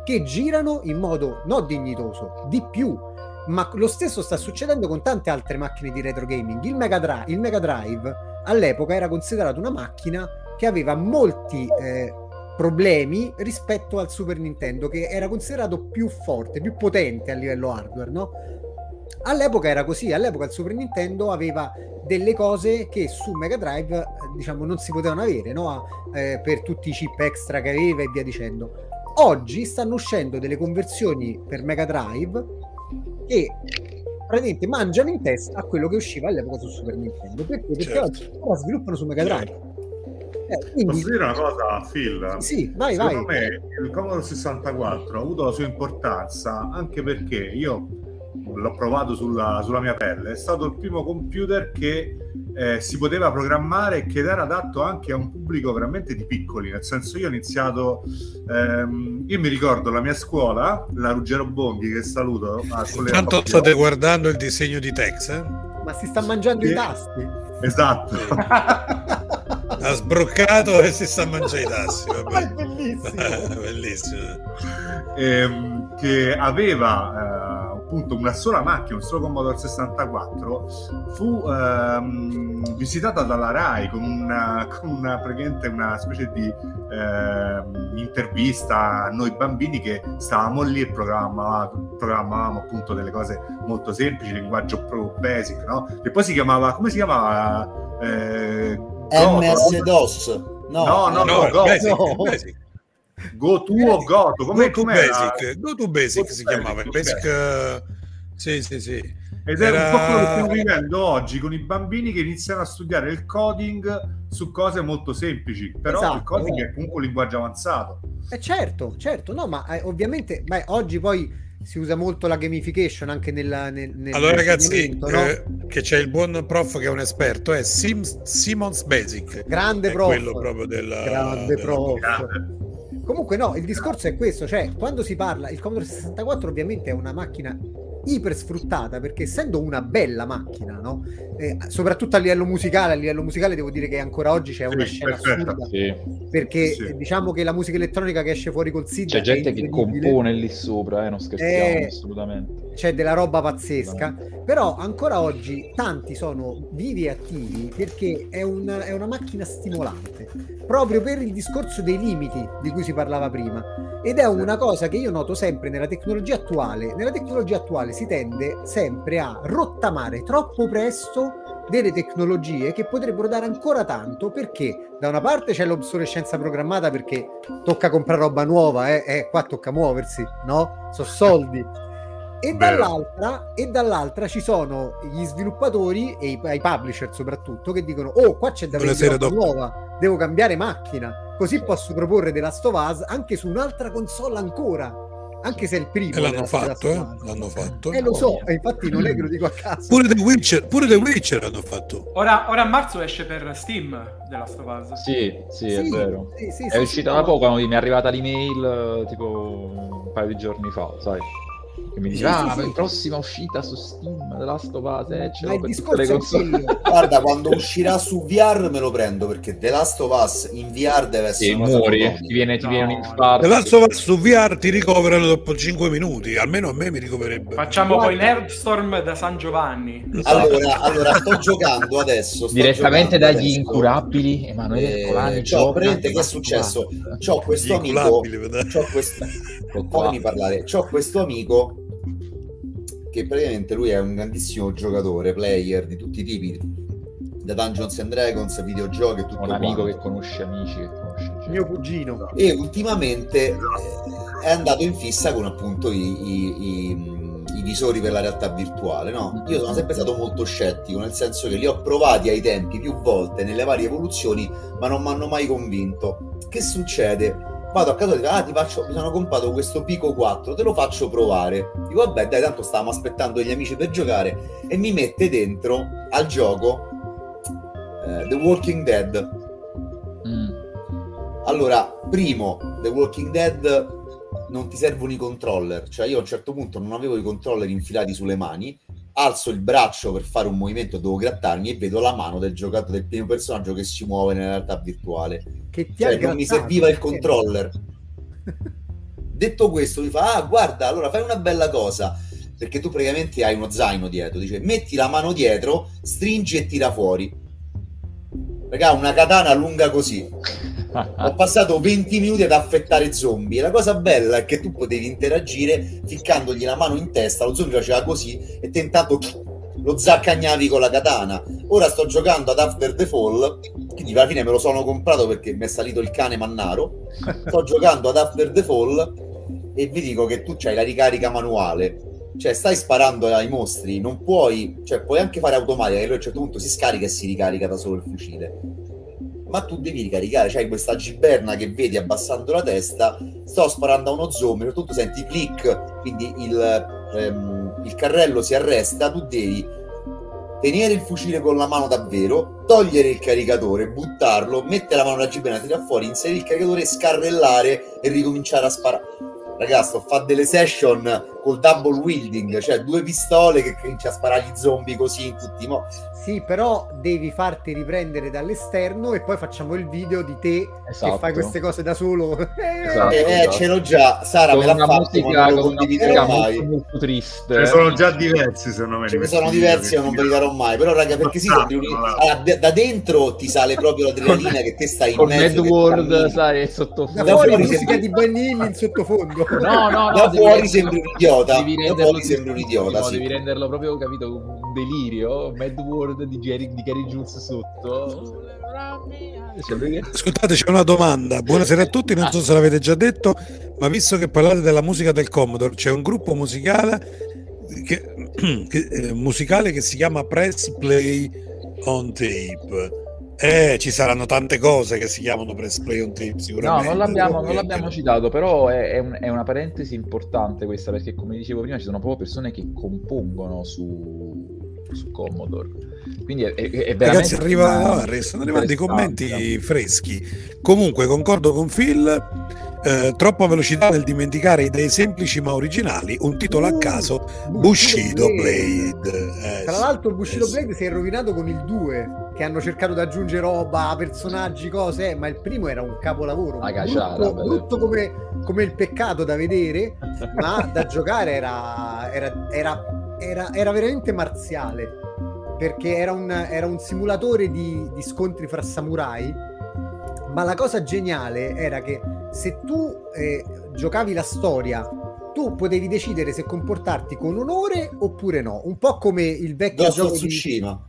che girano in modo non dignitoso, di più. Ma lo stesso sta succedendo con tante altre macchine di retro gaming. Il Mega Drive all'epoca era considerato una macchina che aveva molti problemi rispetto al Super Nintendo, che era considerato più forte, più potente a livello hardware, no? All'epoca era così, all'epoca il Super Nintendo aveva delle cose che su Mega Drive diciamo non si potevano avere, no? Per tutti i chip extra che aveva e via dicendo. Oggi stanno uscendo delle conversioni per Mega Drive che praticamente mangiano in testa a quello che usciva all'epoca su Super Nintendo, perché oggi la sviluppano su Mega Drive. Quindi... Posso dire una cosa, Phil? Sì, vai. Secondo me il Commodore 64 ha avuto la sua importanza anche perché io l'ho provato sulla mia pelle. È stato il primo computer che si poteva programmare e che era adatto anche a un pubblico veramente di piccoli, nel senso io ho iniziato io mi ricordo la mia scuola, la Ruggero Bonghi, che saluto. Intanto state guardando il disegno di Tex, ma si sta mangiando i tasti. Esatto. Ha sbroccato e si sta mangiando i tasti. È bellissimo. Bellissimo. Che aveva appunto una sola macchina, un solo Commodore 64, fu visitata dalla Rai con una praticamente una specie di intervista a noi bambini che stavamo lì e programmavamo appunto delle cose molto semplici, linguaggio proprio basic, no? E poi si chiamava, come si chiamava? MS-DOS. No, Basic. Go to o Goto, Go to Basic si chiamava, Basic. Sì. Ed è un po' quello che stiamo vivendo oggi con i bambini che iniziano a studiare il coding su cose molto semplici, però il coding è comunque un linguaggio avanzato. Certo, no, ma ovviamente oggi poi si usa molto la gamification anche allora ragazzi, no? Che c'è il buon prof che è un esperto, è Simon's Basic, grande prof, quello proprio grande prof. Comunque no, il discorso è questo, cioè quando si parla, il Commodore 64 ovviamente è una macchina iper sfruttata, perché essendo una bella macchina, no? Soprattutto a livello musicale devo dire che ancora oggi c'è una scena assurda, perché diciamo che la musica elettronica che esce fuori col SID c'è gente che compone lì sopra, non scherziamo assolutamente, c'è della roba pazzesca, però ancora oggi tanti sono vivi e attivi perché è una macchina stimolante, proprio per il discorso dei limiti di cui si parlava prima, ed è una cosa che io noto sempre nella tecnologia attuale si tende sempre a rottamare troppo presto delle tecnologie che potrebbero dare ancora tanto, perché da una parte c'è l'obsolescenza programmata, perché tocca comprare roba nuova, qua tocca muoversi, no? Sono soldi. E dall'altra ci sono gli sviluppatori e i publisher soprattutto che dicono: oh, qua c'è da vedere roba nuova, devo cambiare macchina, così posso proporre The Last of Us anche su un'altra console ancora, anche se è il primo. L'hanno fatto. Lo so, e infatti non è che lo dico a caso. Pure The Witcher hanno fatto. Ora a marzo esce per Steam The Last of Us. Sì, è vero. È uscita da poco, mi è arrivata l'email tipo un paio di giorni fa, sai? Che mi diceva la prossima uscita su Steam The Last of Us, ma il discorso è guarda, quando uscirà su VR me lo prendo, perché The Last of Us in VR deve essere ti viene un infarto. The Last of Us su VR ti ricoverano dopo 5 minuti, almeno a me mi ricoverebbe. Facciamo poi Nerdstorm da San Giovanni. Allora sto giocando adesso direttamente dagli incurabili Emanuele Colani. Che è successo? C'ho questo amico, c'ho questo amico che praticamente lui è un grandissimo giocatore, player di tutti i tipi, da Dungeons and Dragons, videogiochi e tutto. Un amico che conosce amici che conosce mio cugino, e ultimamente è andato in fissa con appunto i visori per la realtà virtuale, no? Io sono sempre stato molto scettico, nel senso che li ho provati ai tempi più volte nelle varie evoluzioni, ma non mi hanno mai convinto. Che succede? Vado a casa e dico: mi sono comprato questo Pico 4, te lo faccio provare. Dico vabbè dai, tanto stavamo aspettando gli amici per giocare, e mi mette dentro al gioco The Walking Dead. Allora, primo, The Walking Dead non ti servono i controller, cioè io a un certo punto non avevo i controller infilati sulle mani, alzo il braccio per fare un movimento, devo grattarmi e vedo la mano del giocatore, del primo personaggio che si muove nella realtà virtuale, che cioè non mi serviva il controller. Detto questo, mi fa: ah, guarda, allora fai una bella cosa, perché tu praticamente hai uno zaino dietro, dice metti la mano dietro, stringi e tira fuori. Raga, una katana lunga così. Ho passato 20 minuti ad affettare zombie. La cosa bella è che tu potevi interagire ficcandogli la mano in testa, lo zombie faceva così e te intanto lo zaccagnavi con la katana. Ora sto giocando ad After the Fall, quindi alla fine me lo sono comprato perché mi è salito il cane mannaro. Sto giocando ad After the Fall e vi dico che tu c'hai la ricarica manuale, cioè stai sparando ai mostri, non puoi, cioè puoi anche fare automatica, che lui a un certo punto si scarica e si ricarica da solo il fucile, ma tu devi ricaricare, c'hai questa giberna che vedi abbassando la testa. Sto sparando a uno zombie, tutto senti click, quindi il carrello si arresta, tu devi tenere il fucile con la mano davvero, togliere il caricatore, buttarlo, mettere la mano nella giberna, tirare fuori, inserire il caricatore, scarrellare e ricominciare a sparare. Ragazzi, ho fatto delle session col double wielding, cioè 2 pistole che cominci a sparare gli zombie così in tutti i modi. Sì, però devi farti riprendere dall'esterno e poi facciamo il video di te che fai queste cose da solo. Esatto. Ce l'ho già, Sara con me l'ha fatto, musica, non lo condividerò mai. Molto triste. Ce ne sono già diversi, secondo me. Ce ne sono diversi, io non ve li darò mai. Però, raga, perché sì, da dentro ti sale proprio l'adrenalina che te stai in mezzo. Mad World, sai, sottofondo. Da fuori musica di Benny Hill in sottofondo. No, da fuori sembri un idiota. Devi renderlo proprio, capito, un delirio. Mad World di Gary Jules sotto. Ascoltate, c'è una domanda. Buonasera a tutti, non so se l'avete già detto, ma visto che parlate della musica del Commodore, c'è un gruppo musicale che si chiama Press Play on Tape. Ci saranno tante cose che si chiamano Press Play on Tape, sicuramente. No, non l'abbiamo citato, però è una parentesi importante questa, perché come dicevo prima ci sono proprio persone che compongono su Commodore. Quindi è veramente, ragazzi, stanno arrivando dei commenti freschi. Comunque concordo con Phil, troppa velocità nel dimenticare idee semplici ma originali. Un titolo a caso, Bushido Blade. Tra l'altro Bushido Blade si è rovinato con il 2, che hanno cercato di aggiungere roba, personaggi, cose, ma il primo era un capolavoro, brutto come il peccato da vedere, ma da giocare era veramente marziale, perché era un simulatore di scontri fra samurai. Ma la cosa geniale era che se tu giocavi la storia, tu potevi decidere se comportarti con onore oppure no, un po' come il vecchio gioco di Tsushima.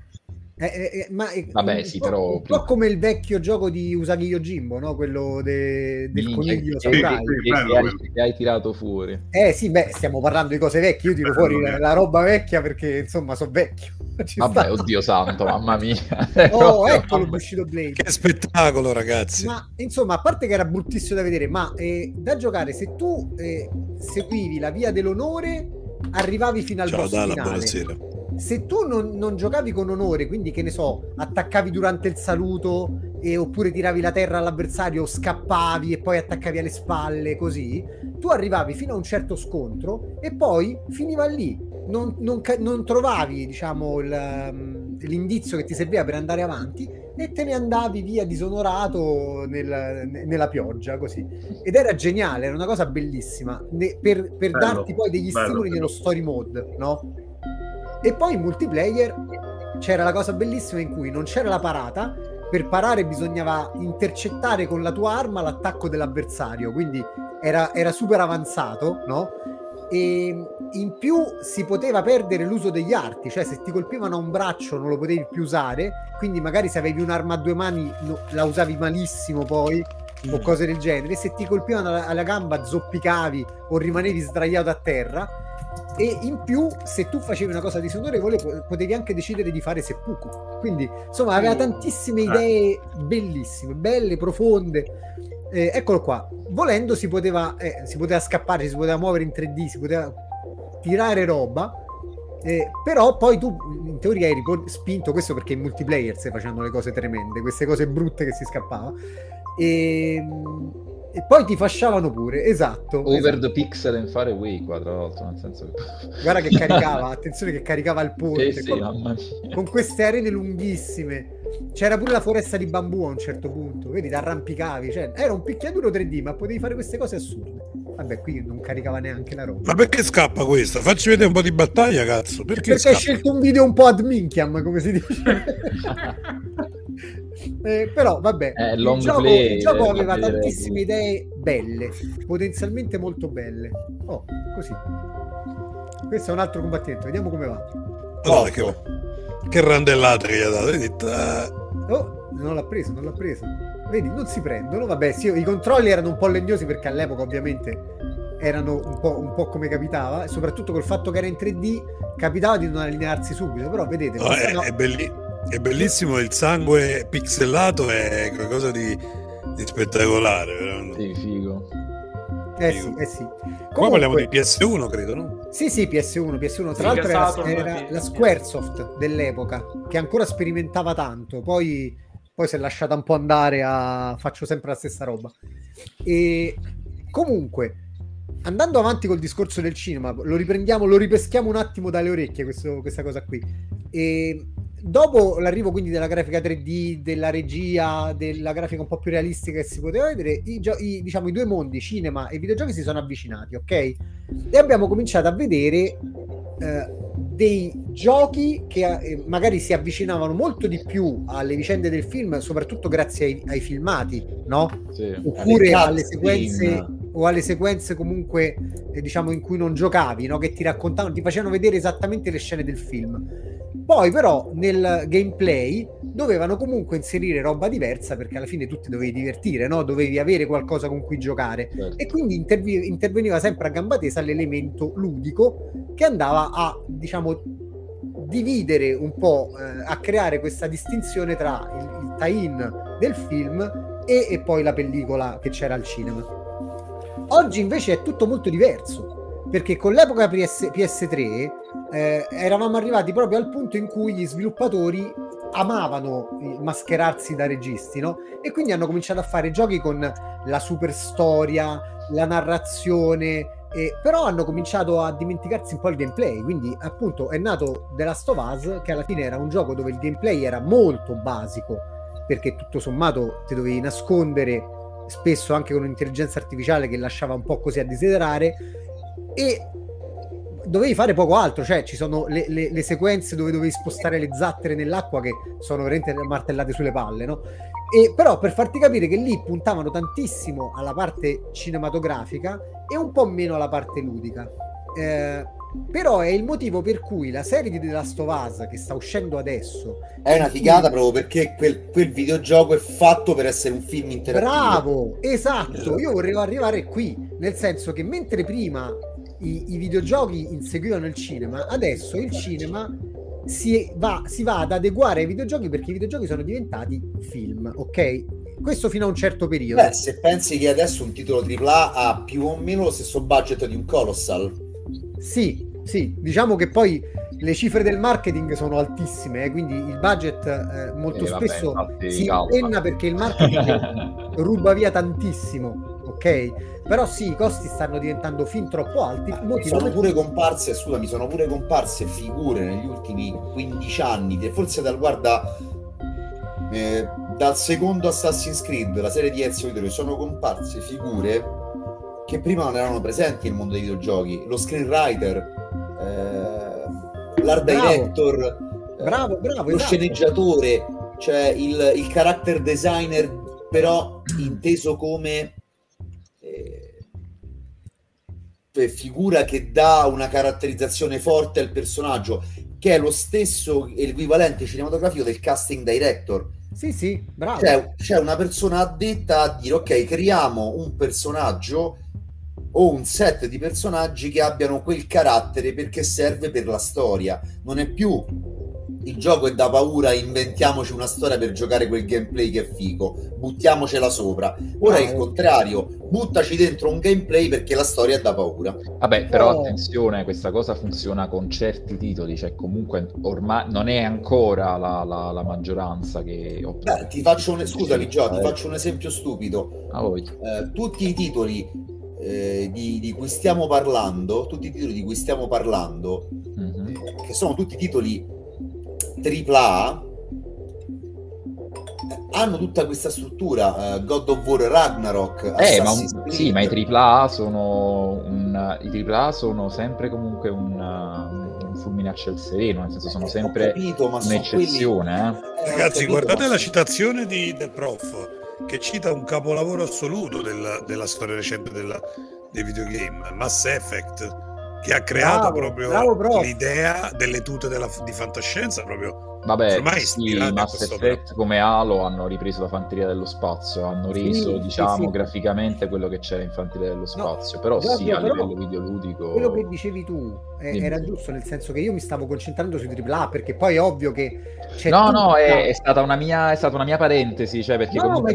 Però un po' come il vecchio gioco di Usagi Yojimbo, no? Quello del coniglio samurai che hai tirato fuori. Sì, stiamo parlando di cose vecchie. Io tiro fuori la roba vecchia perché insomma sono vecchio. Vabbè, oddio santo, mamma mia. Eccolo Bushido Blade. Che spettacolo, ragazzi. Ma insomma, a parte che era bruttissimo da vedere, ma da giocare, se tu seguivi la via dell'onore, arrivavi fino al boss finale. Buonasera. Se tu non giocavi con onore, quindi che ne so, attaccavi durante il saluto oppure tiravi la terra all'avversario, scappavi e poi attaccavi alle spalle, così, tu arrivavi fino a un certo scontro e poi finiva lì. Non trovavi, diciamo, l'indizio che ti serviva per andare avanti e te ne andavi via disonorato nella pioggia, così. Ed era geniale, era una cosa bellissima per darti poi degli stimoli nello story mode, no? E poi in multiplayer c'era la cosa bellissima in cui non c'era la parata. Per parare bisognava intercettare con la tua arma l'attacco dell'avversario, quindi era super avanzato, no? E in più si poteva perdere l'uso degli arti, cioè se ti colpivano a un braccio non lo potevi più usare, quindi magari se avevi un'arma a 2 mani la usavi malissimo poi, o cose del genere. Se ti colpivano alla gamba zoppicavi o rimanevi sdraiato a terra. E in più, se tu facevi una cosa disonorevole, potevi anche decidere di fare seppuku. Quindi, insomma, aveva tantissime idee bellissime, belle, profonde. Eccolo qua. Volendo si poteva scappare, si poteva muovere in 3D, si poteva tirare roba. Però poi tu, in teoria, eri spinto, questo perché in multiplayer si facevano le cose tremende, queste cose brutte che si scappava. E poi ti fasciavano pure, esatto. The pixel and far away qua, tra l'altro, nel senso che... Guarda che caricava, attenzione che caricava il ponte mamma mia. Con queste arene lunghissime. C'era pure la foresta di bambù a un certo punto, vedi, ti arrampicavi, cioè era un picchiaduro 3D, ma potevi fare queste cose assurde. Vabbè, qui non caricava neanche la roba. Ma perché scappa questa? Facci vedere un po' di battaglia, cazzo. Perché hai scelto un video un po' ad minchiam, come si dice. Però vabbè, il gioco aveva tantissime idee belle, potenzialmente molto belle. Oh, così. Questo è un altro combattimento, vediamo come va. Allora, che randellata che gli ha dato. Oh, non l'ha preso. Vedi, non si prendono. Vabbè, sì, i controlli erano un po' legnosi perché all'epoca ovviamente erano un po' come capitava, e soprattutto col fatto che era in 3D capitava di non allinearsi subito, però vedete... No, è bellissimo, il sangue pixelato, è qualcosa di spettacolare, veramente. Sì, figo. Sì. Qua parliamo di PS1, credo, no? Sì, PS1. Tra l'altro era la Squaresoft dell'epoca, che ancora sperimentava tanto, poi si è lasciata un po' andare faccio sempre la stessa roba. E comunque, andando avanti col discorso del cinema, lo ripeschiamo un attimo dalle orecchie questa cosa qui. E dopo l'arrivo quindi della grafica 3D, della regia, della grafica un po' più realistica che si poteva vedere, i due mondi, cinema e videogiochi, si sono avvicinati, ok? E abbiamo cominciato a vedere dei giochi che magari si avvicinavano molto di più alle vicende del film, soprattutto grazie ai filmati, no? Sì. Oppure alle sequenze, o alle sequenze comunque diciamo in cui non giocavi, no? Che ti raccontavano, ti facevano vedere esattamente le scene del film. Poi però nel gameplay dovevano comunque inserire roba diversa, perché alla fine tu ti dovevi divertire, no? Dovevi avere qualcosa con cui giocare, certo. E quindi interveniva sempre a gamba tesa l'elemento ludico, che andava a, diciamo, dividere un po', a creare questa distinzione tra il tie-in del film e poi la pellicola che c'era al cinema. Oggi invece è tutto molto diverso, perché con l'epoca PS3 eravamo arrivati proprio al punto in cui gli sviluppatori amavano mascherarsi da registi, no? E quindi hanno cominciato a fare giochi con la super storia, la narrazione, però hanno cominciato a dimenticarsi un po' il gameplay. Quindi appunto è nato The Last of Us, che alla fine era un gioco dove il gameplay era molto basico, perché tutto sommato ti dovevi nascondere, spesso anche con un'intelligenza artificiale che lasciava un po' così a desiderare, e dovevi fare poco altro. Cioè ci sono le sequenze dove dovevi spostare le zattere nell'acqua, che sono veramente martellate sulle palle, no? E però per farti capire che lì puntavano tantissimo alla parte cinematografica e un po' meno alla parte ludica. Però è il motivo per cui la serie di The Last of Us che sta uscendo adesso è una figata, proprio perché quel videogioco è fatto per essere un film interattivo. Bravo, esatto. Io vorrei arrivare qui, nel senso che mentre prima i videogiochi inseguivano il cinema, adesso il cinema si va ad adeguare ai videogiochi, perché i videogiochi sono diventati film, ok? Questo fino a un certo periodo. Beh, se pensi che adesso un titolo AAA ha più o meno lo stesso budget di un Colossal. Sì, diciamo che poi le cifre del marketing sono altissime, quindi il budget molto spesso si impenna, perché il marketing ruba via tantissimo, ok? Però sì, i costi stanno diventando fin troppo alti. Sono pure comparse figure negli ultimi 15 anni, forse dal secondo Assassin's Creed, la serie di Ezio Auditore, sono comparse figure che prima non erano presenti nel mondo dei videogiochi. Lo screenwriter, l'art director, bravo, lo sceneggiatore, cioè il character designer, però inteso come figura che dà una caratterizzazione forte al personaggio, che è lo stesso equivalente cinematografico del casting director. Sì, bravo. C'è una persona addetta a dire: ok, creiamo un personaggio o un set di personaggi che abbiano quel carattere, perché serve per la storia. Non è più il gioco è da paura, inventiamoci una storia per giocare quel gameplay che è figo, buttiamocela sopra. Ora è il contrario, buttaci dentro un gameplay perché la storia è da paura. Vabbè, però attenzione, questa cosa funziona con certi titoli, cioè comunque ormai non è ancora la maggioranza che... ti faccio scusami Gio, ti faccio un esempio stupido. Tutti i titoli di cui stiamo parlando, che sono tutti titoli AAA, hanno tutta questa struttura, God of War, Ragnarok, sì, ma i AAA sono sempre comunque un fulmine a ciel sereno, nel senso sono sempre un'eccezione. Ragazzi, guardate la citazione del prof, che cita un capolavoro assoluto della storia recente dei videogame, Mass Effect, che ha creato proprio l'idea delle tute di fantascienza, proprio. Vabbè, sì, Mass Effect come Halo hanno ripreso la fanteria dello spazio, hanno reso, graficamente quello che c'era in fanteria dello spazio, però sì, a livello videoludico... Quello che dicevi tu era giusto, nel senso che io mi stavo concentrando sui AAA, perché poi è ovvio che c'è è stata una mia parentesi, cioè, perché comunque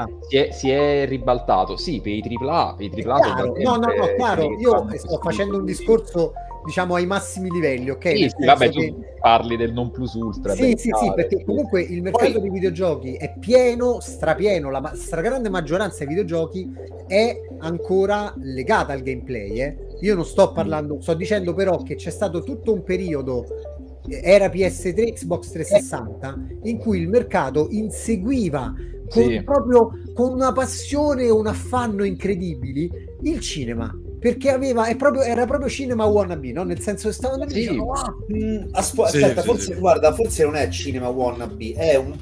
si è ribaltato, sì, per i AAA, chiaro. Chiaro, io sto facendo un discorso, diciamo, ai massimi livelli, ok? Sì, vabbè, tu parli del non plus ultra. Sì, perché comunque il mercato dei videogiochi è pieno, strapieno, la stragrande maggioranza dei videogiochi è ancora legata al gameplay, Io non sto parlando, sto dicendo però che c'è stato tutto un periodo, era PS3, Xbox 360, in cui il mercato inseguiva proprio con una passione e un affanno incredibili il cinema, perché era proprio cinema wannabe, no? Nel senso che stavano dicendo aspetta, forse non è cinema wannabe, è un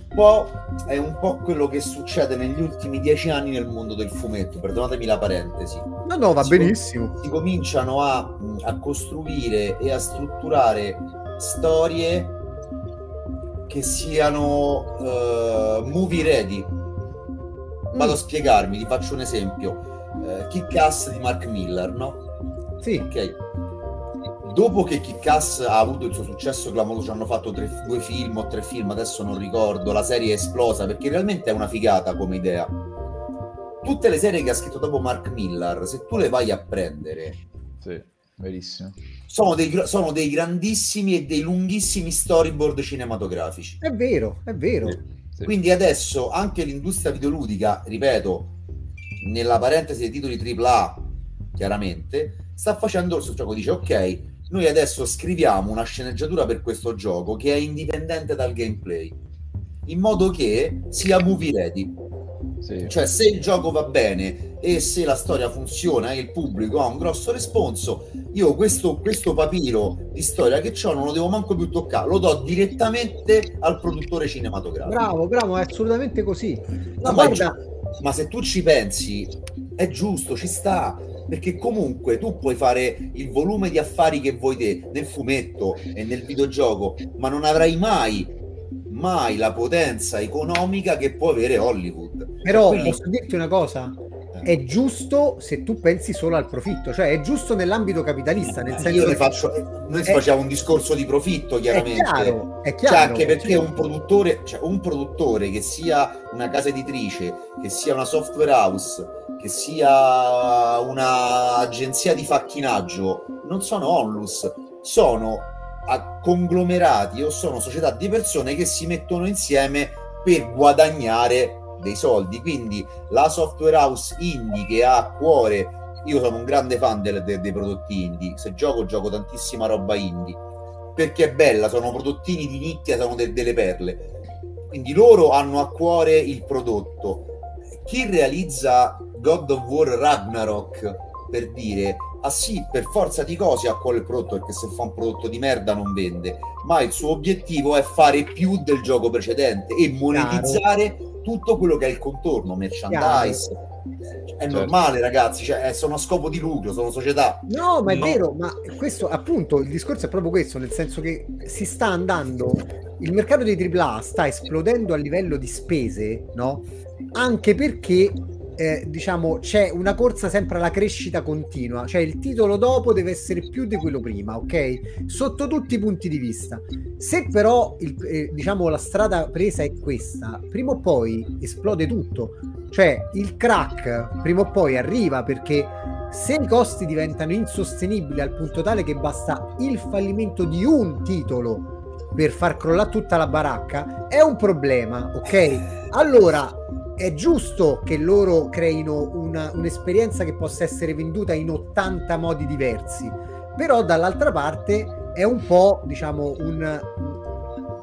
po' quello che succede negli ultimi 10 anni nel mondo del fumetto, perdonatemi la parentesi. No, va benissimo. Si cominciano a costruire e a strutturare storie che siano movie ready. Vado a spiegarmi, vi faccio un esempio. Kick-Ass di Mark Millar, no? Sì. Ok. Dopo che Kick-Ass ha avuto il suo successo clamoroso, hanno fatto 2 film o 3 film, adesso non ricordo, la serie è esplosa, perché realmente è una figata come idea. Tutte le serie che ha scritto dopo Mark Millar, se tu le vai a prendere, sì, verissimo, sono dei grandissimi e dei lunghissimi storyboard cinematografici. È vero. Sì. Quindi adesso anche l'industria videoludica, ripeto, nella parentesi dei titoli AAA, chiaramente, sta facendo il suo gioco. Dice, ok, noi adesso scriviamo una sceneggiatura per questo gioco che è indipendente dal gameplay, in modo che sia movie ready. Sì. Cioè, se il gioco va bene e se la storia funziona e il pubblico ha un grosso responso, io questo papiro di storia che c'ho non lo devo manco più toccare, lo do direttamente al produttore cinematografico. Bravo, è assolutamente così. No, ma se tu ci pensi, è giusto, ci sta, perché comunque tu puoi fare il volume di affari che vuoi te nel fumetto e nel videogioco, ma non avrai mai la potenza economica che può avere Hollywood. Però posso dirti una cosa? È giusto se tu pensi solo al profitto, cioè è giusto nell'ambito capitalista, nel senso noi facciamo un discorso di profitto, chiaramente. È chiaro, cioè, anche perché un produttore che sia una casa editrice, che sia una software house, che sia un'agenzia di facchinaggio, non sono onlus, sono conglomerati o sono società di persone che si mettono insieme per guadagnare dei soldi. Quindi la software house indie che ha a cuore, io sono un grande fan dei prodotti indie, se gioco tantissima roba indie perché è bella, sono prodottini di nicchia, sono delle perle, quindi loro hanno a cuore il prodotto. Chi realizza God of War Ragnarok, per dire, sì, per forza di cose ha a cuore il prodotto, perché se fa un prodotto di merda non vende, ma il suo obiettivo è fare più del gioco precedente e monetizzare tutto quello che è il contorno, merchandise. È normale, ragazzi, cioè, sono a scopo di lucro, sono società. No, ma è vero, ma questo appunto, il discorso è proprio questo, nel senso che si sta andando, il mercato dei AAA sta esplodendo a livello di spese, no? Anche perché diciamo c'è una corsa sempre alla crescita continua, cioè il titolo dopo deve essere più di quello prima, ok? Sotto tutti i punti di vista. Se però diciamo la strada presa è questa, prima o poi esplode tutto, cioè il crack prima o poi arriva, perché se i costi diventano insostenibili al punto tale che basta il fallimento di un titolo per far crollare tutta la baracca, è un problema, ok? Allora è giusto che loro creino un'esperienza che possa essere venduta in 80 modi diversi, però dall'altra parte è un po', diciamo,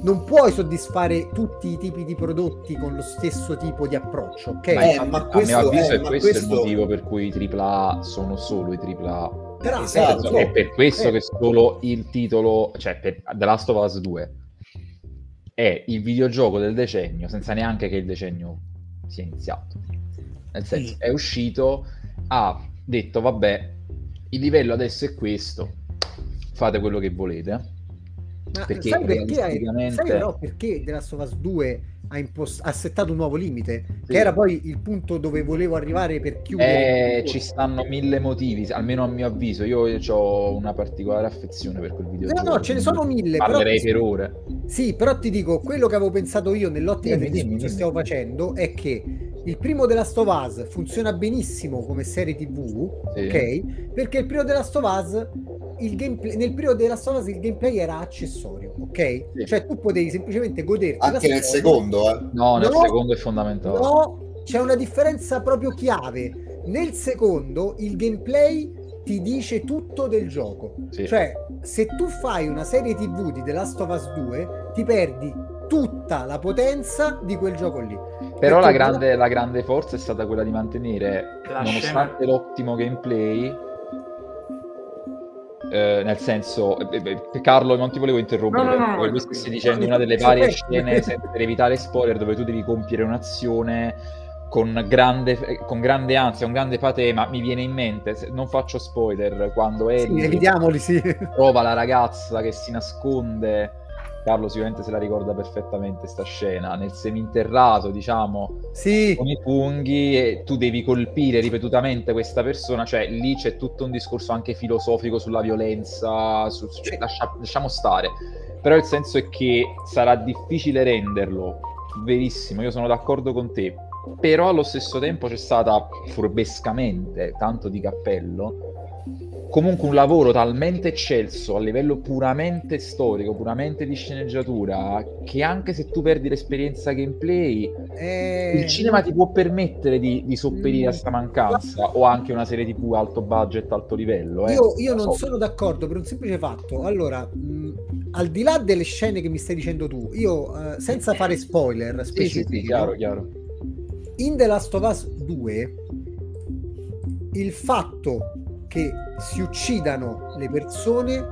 non puoi soddisfare tutti i tipi di prodotti con lo stesso tipo di approccio, ok? Ma questo, a mio avviso è questo il motivo per cui i AAA sono solo i AAA. Esatto. È per questo che solo il titolo, cioè per The Last of Us 2 è il videogioco del decennio senza neanche che il decennio sia iniziato. Nel senso, è uscito, ha detto vabbè, il livello adesso è questo, fate quello che volete. Ma perché sai però perché The Last of Us 2 ha settato un nuovo limite, che era poi il punto dove volevo arrivare per chiudere. Ci stanno 1000 motivi, almeno a mio avviso. Io ho una particolare affezione per quel videogioco. No, ce ne sono 1000. Parlerei per ore. Sì, però ti dico, quello che avevo pensato io nell'ottica del discorso che stiamo facendo è che il primo The Last of Us funziona benissimo come serie TV, ok? Perché il primo The Last of Us, il gameplay, nel primo The Last of Us il gameplay era accessorio, ok? Sì. Cioè tu potevi semplicemente goderti anche nel secondo, No, nel secondo è fondamentale. No, c'è una differenza proprio chiave. Nel secondo il gameplay ti dice tutto del gioco. Sì. Cioè, se tu fai una serie TV di The Last of Us 2, ti perdi tutta la potenza di quel gioco lì. Però la grande forza è stata quella di mantenere, nonostante l'ottimo gameplay, nel senso, Carlo, non ti volevo interrompere, no, tu stai dicendo una delle varie scene per evitare spoiler, dove tu devi compiere un'azione con grande ansia, un grande patema. Mi viene in mente, non faccio spoiler, quando Ellie evitiamoli, trova la ragazza che si nasconde. Carlo sicuramente se la ricorda perfettamente sta scena, nel seminterrato, diciamo, con i funghi, e tu devi colpire ripetutamente questa persona. Cioè lì c'è tutto un discorso anche filosofico sulla violenza, lasciamo stare, però il senso è che sarà difficile renderlo, verissimo, io sono d'accordo con te, però allo stesso tempo c'è stata furbescamente, tanto di cappello, comunque un lavoro talmente eccelso a livello puramente storico, puramente di sceneggiatura, che anche se tu perdi l'esperienza gameplay, il cinema ti può permettere di sopperire a sta mancanza, o anche una serie TV alto budget, alto livello. Io non sono d'accordo per un semplice fatto. Allora, al di là delle scene che mi stai dicendo tu, io senza fare spoiler specifici, sì, chiaro. In The Last of Us 2 il fatto che si uccidano le persone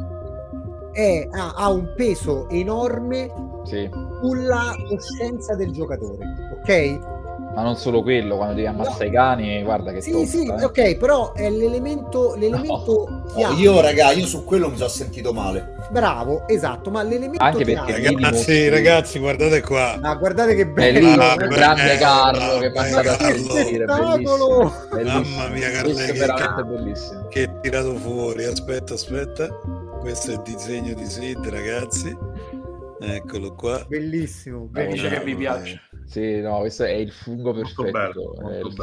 ha un peso enorme sulla coscienza del giocatore, ok? Ma non solo quello, quando devi ammazzare i cani, guarda che tosta, ok, però è l'elemento chiave. Io su quello mi sono sentito male. Bravo, esatto, ma l'elemento anche perché ragazzi, guardate qua. Guardate che bello. Grande Carlo che passa da sentire, bellissimo. Mamma mia, Carlo, è veramente bellissimo. Che è tirato fuori. Aspetta. Questo è il disegno di Sid, ragazzi. Eccolo qua. Bellissimo. Dice che vi piace. Sì, no, questo è il fungo perfetto.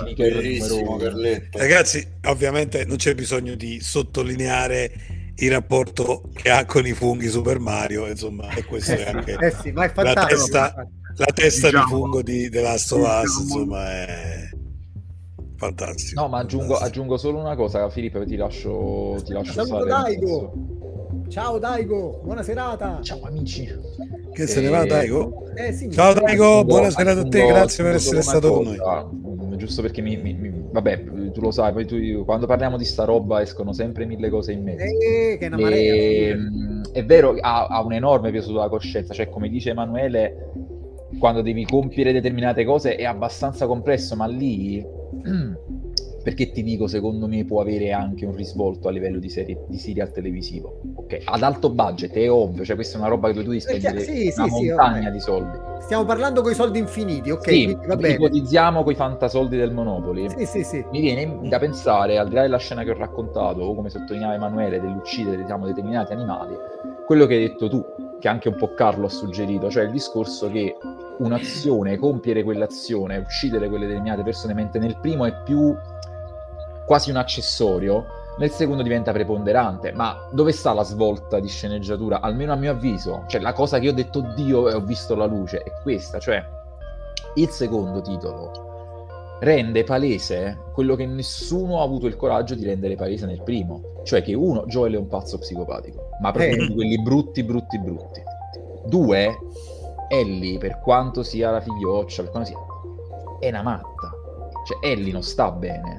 Ragazzi, ovviamente non c'è bisogno di sottolineare il rapporto che ha con i funghi Super Mario, insomma, e questo è anche ma è fantastico. La testa di fungo di The Last of Us, insomma, è fantastico. No, ma aggiungo solo una cosa, Filippo, ti lascio Saluto Daigo. Ciao Daigo, buona serata. Ciao amici. Che se ne va Daigo? Sì, ciao Daigo, buona serata a te, grazie per essere stato con noi. Giusto perché vabbè, tu lo sai, poi quando parliamo di sta roba escono sempre 1000 cose in mezzo. Che è una marea. È vero, ha un enorme peso sulla coscienza, cioè come dice Emanuele, quando devi compiere determinate cose è abbastanza complesso, ma lì perché ti dico, secondo me può avere anche un risvolto a livello di serial televisivo, ok? Ad alto budget, è ovvio, cioè questa è una roba che tu devi spendere una montagna di soldi. Stiamo parlando con i soldi infiniti, ok? Sì, ipotizziamo coi fantasoldi del Monopoli. Sì. Mi viene da pensare, al di là della scena che ho raccontato, o come sottolineava Emanuele, dell'uccidere, diciamo, determinati animali, quello che hai detto tu, che anche un po' Carlo ha suggerito, cioè il discorso che un'azione, compiere quell'azione, uccidere quelle determinate persone, mentre nel primo è più quasi un accessorio, nel secondo diventa preponderante. Ma dove sta la svolta di sceneggiatura? Almeno a mio avviso, cioè la cosa che io ho detto oddio e ho visto la luce è questa, cioè il secondo titolo rende palese quello che nessuno ha avuto il coraggio di rendere palese nel primo, cioè che Joel è un pazzo psicopatico, ma proprio di quelli brutti. 2, Ellie, per quanto sia la figlioccia, per quanto sia, è una matta. Cioè, Ellie non sta bene.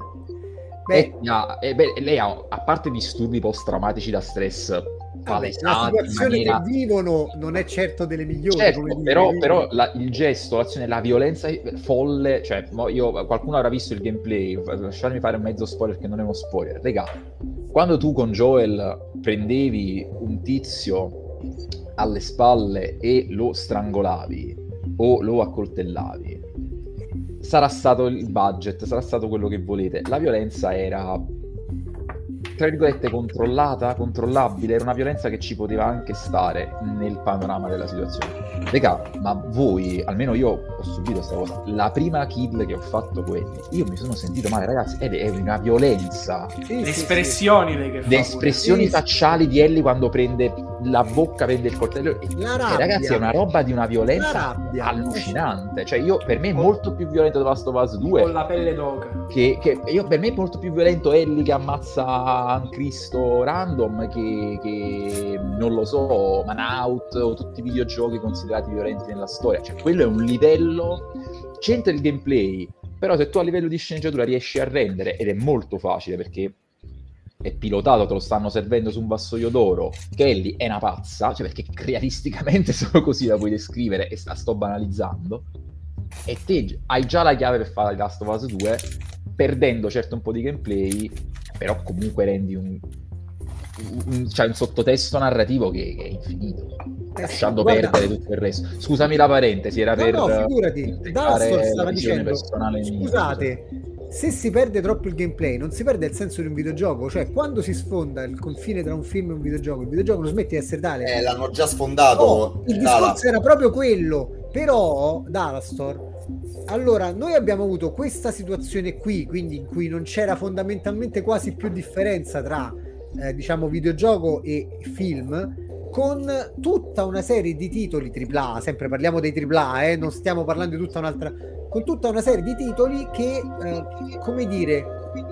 Lei ha, a parte disturbi post-traumatici da stress palesati, la situazione maniera... che vivono non è certo delle migliori. Certo, come però dire. il gesto, l'azione, la violenza folle, cioè qualcuno avrà visto il gameplay, lasciatemi fare un mezzo spoiler che non è uno spoiler. Regà, quando tu con Joel prendevi un tizio alle spalle e lo strangolavi o lo accoltellavi, sarà stato il budget, sarà stato quello che volete, la violenza era, tra virgolette, controllabile, era una violenza che ci poteva anche stare nel panorama della situazione. Regà, ma voi, almeno io ho subito questa cosa, la prima kill che ho fatto io mi sono sentito male, ragazzi, è una violenza. Le espressioni le espressioni facciali di Ellie quando prende la bocca, prende il coltello, ragazzi, è una roba di una violenza allucinante. Cioè, per me è molto più violento The Last of Us 2 con la pelle d'oca, per me è molto più violento Ellie che ammazza un Cristo random che non lo so, Manout o tutti i videogiochi considerati violenti nella storia. Cioè, quello è un livello, c'entra il gameplay, però se tu a livello di sceneggiatura riesci a rendere, ed è molto facile perché è pilotato, te lo stanno servendo su un vassoio d'oro, che Ellie è una pazza, cioè perché realisticamente solo così la puoi descrivere, e sto banalizzando, e te hai già la chiave per fare Last of Us 2, perdendo certo un po' di gameplay, però comunque rendi un sottotesto narrativo che è infinito, lasciando perdere tutto il resto. Scusami la parentesi, era no, figurati. Dastor stava dicendo, scusate, se si perde troppo il gameplay non si perde il senso di un videogioco, cioè quando si sfonda il confine tra un film e un videogioco, il videogioco non smette di essere tale. L'hanno già sfondato. Il discorso era proprio quello, però Dastor, allora noi abbiamo avuto questa situazione qui, quindi in cui non c'era fondamentalmente quasi più differenza tra diciamo videogioco e film, con tutta una serie di titoli AAA, sempre parliamo dei AAA, non stiamo parlando di tutta un'altra, con tutta una serie di titoli che come dire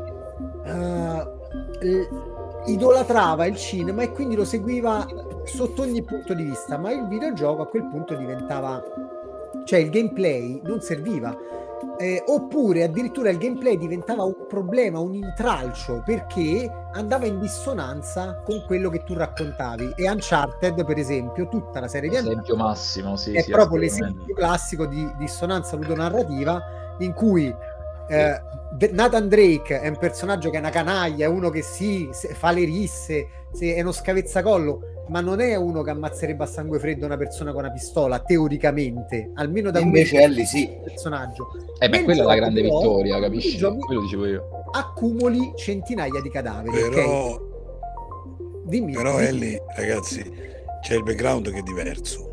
idolatrava il cinema e quindi lo seguiva sotto ogni punto di vista, ma il videogioco a quel punto diventava, cioè il gameplay non serviva, oppure addirittura il gameplay diventava un problema, un intralcio, perché andava in dissonanza con quello che tu raccontavi. E Uncharted, per esempio, tutta la serie di esempio massimo, sì, è proprio l'esempio classico di dissonanza ludonarrativa, in cui Nathan Drake è un personaggio che è una canaglia, è uno che fa le risse, è uno scavezzacollo, ma non è uno che ammazzerebbe a sangue freddo una persona con una pistola, teoricamente, almeno da invece Ellie sì, personaggio. Quella è la grande vittoria, capisci? Quello dicevo io. Accumuli centinaia di cadaveri, però, okay? Dimmi. Ellie, ragazzi, c'è il background che è diverso.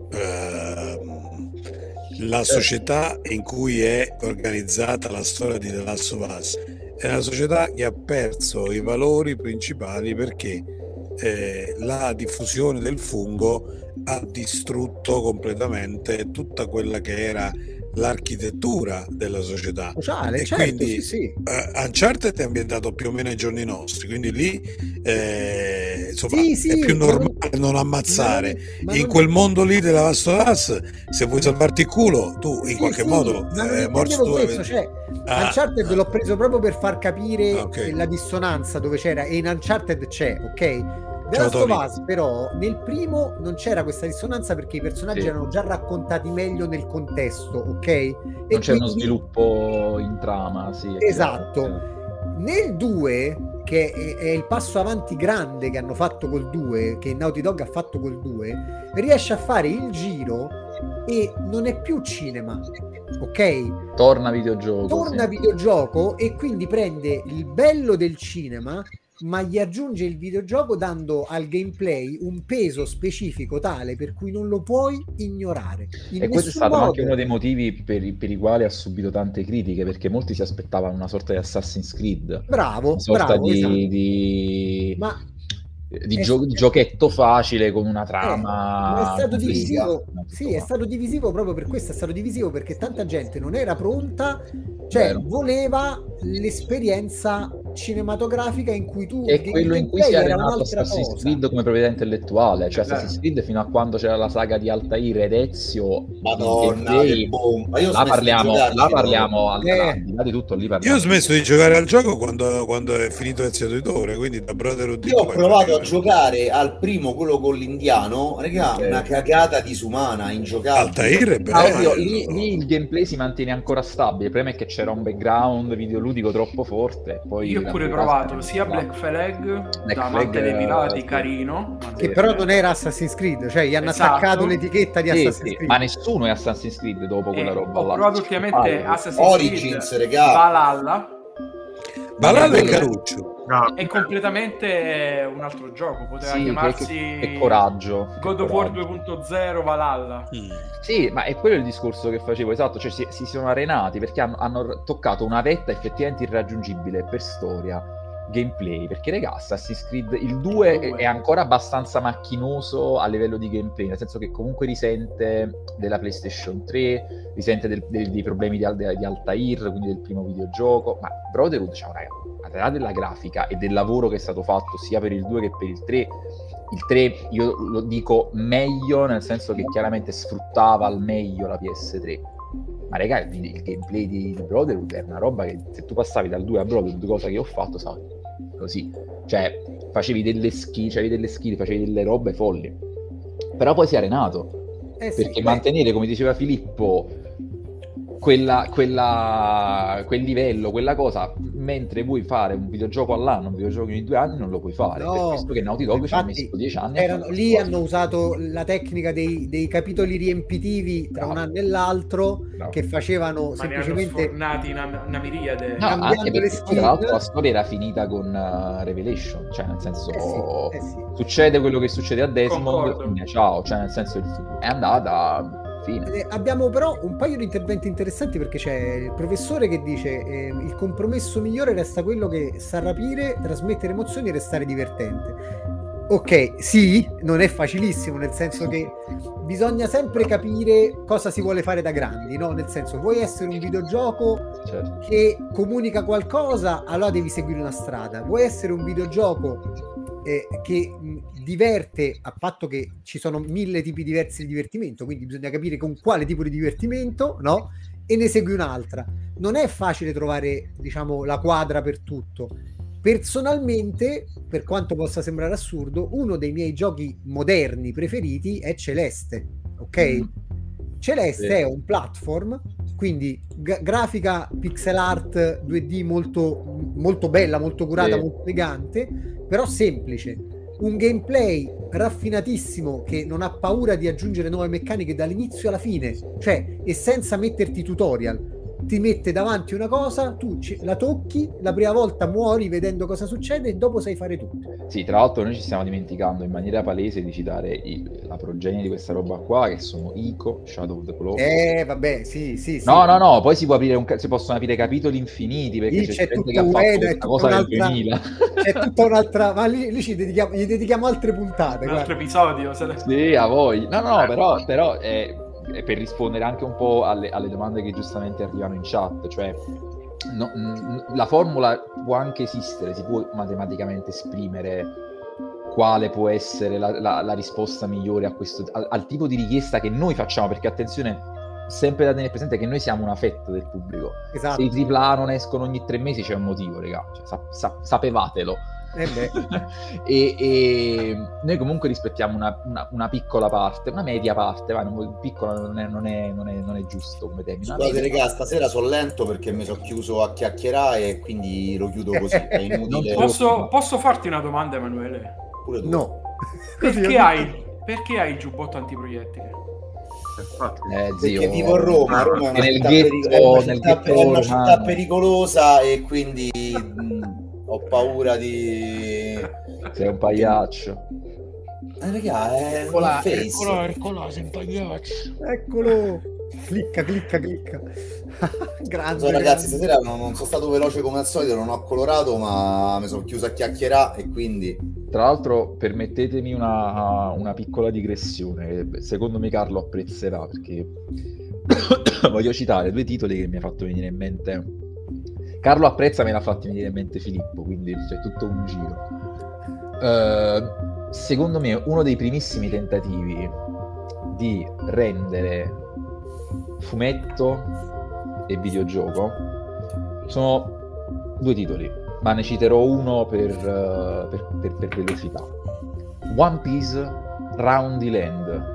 La società in cui è organizzata la storia di The Last of Us è una società che ha perso i valori principali perché la diffusione del fungo ha distrutto completamente tutta quella che era l'architettura della società sociale, e certo, quindi sì. Uncharted è ambientato più o meno ai giorni nostri, quindi lì insomma sì, è più normale non ammazzare, in quel mondo lì della Last of Us, se vuoi salvarti il culo tu in qualche modo morso questo, cioè Uncharted l'ho preso proprio per far capire la dissonanza dove c'era, e in Uncharted c'è, ok? The Last of Us però nel primo non c'era questa dissonanza perché i personaggi erano già raccontati meglio nel contesto, ok? Non c'è uno sviluppo in trama, sì. Esatto. Nel 2, che è il passo avanti grande che hanno fatto col 2, che Naughty Dog ha fatto col 2, riesce a fare il giro e non è più cinema, ok? Torna videogioco, e quindi prende il bello del cinema ma gli aggiunge il videogioco dando al gameplay un peso specifico tale per cui non lo puoi ignorare. E questo è stato anche uno dei motivi per i quali ha subito tante critiche, perché molti si aspettavano una sorta di Assassin's Creed, una sorta di giochetto facile con una trama. Ma è stato divisivo. Sì, è stato divisivo proprio per questo, è stato divisivo perché tanta gente non era pronta, cioè voleva l'esperienza cinematografica in cui tu è quello in cui si è arenato Assassin's Creed come proprietà intellettuale, cioè Assassin's Creed fino a quando c'era la saga di Altair ed Ezio, Madonna, che bomba. Io là parliamo al di là di tutto, lì parliamo. Io ho smesso di giocare al gioco quando è finito Ezio Auditore, quindi da Brotherhood. Io ho provato a giocare al primo, quello con l'indiano, raga, una cagata disumana, ingiocabile. Altair è bello. Lì il gameplay si mantiene ancora stabile, il problema è che c'era un background videoludico troppo forte. Poi io ho pure provato sia Black Flag da Amante dei Pirati, carino, che però non era Assassin's Creed, cioè gli hanno attaccato l'etichetta di Assassin's Creed. Ma nessuno è Assassin's Creed dopo quella roba là. Ho provato ultimamente Assassin's Origins, Creed regà. Valhalla è caruccio. È completamente un altro gioco, poteva chiamarsi che coraggio, God of War 2.0 Valhalla. Sì, ma è quello il discorso che facevo, esatto, cioè si sono arenati perché hanno toccato una vetta effettivamente irraggiungibile per storia, gameplay, perché raga, Assassin's Creed il 2 è ancora abbastanza macchinoso a livello di gameplay, nel senso che comunque risente della PlayStation 3, risente dei problemi di Altair, quindi del primo videogioco, ma Brotherhood c'è al di là della grafica e del lavoro che è stato fatto sia per il 2 che per il 3. Il 3 io lo dico meglio, nel senso che chiaramente sfruttava al meglio la PS3, ma raga, il gameplay di Brotherhood è una roba che se tu passavi dal 2 a Brotherhood, cosa che ho fatto, sai, così, cioè facevi delle skill, facevi delle robe folli, però poi si è arenato, perché mantenere, come diceva Filippo, quel livello, quella cosa, mentre vuoi fare un videogioco all'anno, un videogioco ogni 2 anni, non lo puoi fare. Per questo che Naughty Dog ci ha messo 10 anni. Lì hanno usato la tecnica dei capitoli riempitivi tra un anno e l'altro, che facevano semplicemente sfornati una miriade. No, anche perché tra l'altro la storia era finita con Revelation, cioè nel senso succede quello che succede a Desmond, ciao, cioè nel senso è andata. Fine. Abbiamo però un paio di interventi interessanti, perché c'è il professore che dice il compromesso migliore resta quello che sa rapire, trasmettere emozioni e restare divertente. Ok, sì, non è facilissimo, nel senso che bisogna sempre capire cosa si vuole fare da grandi, no? Nel senso, vuoi essere un videogioco che comunica qualcosa, allora devi seguire una strada. Vuoi essere un videogioco che diverte, a patto che ci sono 1000 tipi diversi di divertimento, quindi bisogna capire con quale tipo di divertimento, no? E ne segui un'altra. Non è facile trovare, diciamo, la quadra per tutto. Personalmente, per quanto possa sembrare assurdo, uno dei miei giochi moderni preferiti è Celeste, ok? Celeste è un platform, quindi grafica pixel art 2D molto, molto bella, molto curata, molto elegante, però semplice. Un gameplay raffinatissimo che non ha paura di aggiungere nuove meccaniche dall'inizio alla fine, cioè, e senza metterti tutorial. Ti mette davanti una cosa, tu la tocchi, la prima volta muori vedendo cosa succede e dopo sai fare tutto. Sì, tra l'altro noi ci stiamo dimenticando in maniera palese di citare la progenie di questa roba qua, che sono Ico, Shadow of the Colossus. Vabbè, sì. No, poi si possono aprire capitoli infiniti, perché c'è gente che ha fatto questa cosa nel 2000. C'è tutta un'altra, ma lì gli dedichiamo altre puntate. Un altro episodio. Sì, a voi. No, però per rispondere anche un po' alle domande che giustamente arrivano in chat, cioè la formula può anche esistere, si può matematicamente esprimere quale può essere la risposta migliore a questo, al tipo di richiesta che noi facciamo, perché attenzione, sempre da tenere presente che noi siamo una fetta del pubblico. Esatto. Se i AAA non escono ogni 3 mesi c'è un motivo, raga, cioè, sapevatelo. E noi comunque rispettiamo una piccola parte, una media parte, piccola non è giusto come termine. Scusate raga, stasera sono lento perché mi sono chiuso a chiacchierare e quindi lo chiudo così, è inutile. Posso farti una domanda, Emanuele? Pure tu. No. Perché hai il giubbotto antiproiettile? Perché vivo a Roma è una città pericolosa e quindi ho paura di... Sei un pagliaccio. Raga, è Eccolo, sei un pagliaccio. Eccolo. Clicca. Grande. Ragazzi, stasera non sono stato veloce come al solito, non ho colorato, ma mi sono chiuso a chiacchierare e quindi... Tra l'altro, permettetemi una piccola digressione, che secondo me Carlo apprezzerà, perché voglio citare 2 titoli che mi ha fatto venire in mente Carlo apprezza, me l'ha fatto venire in mente Filippo, quindi c'è tutto un giro. Secondo me uno dei primissimi tentativi di rendere fumetto e videogioco sono 2 titoli, ma ne citerò uno per velocità. One Piece Round the Land.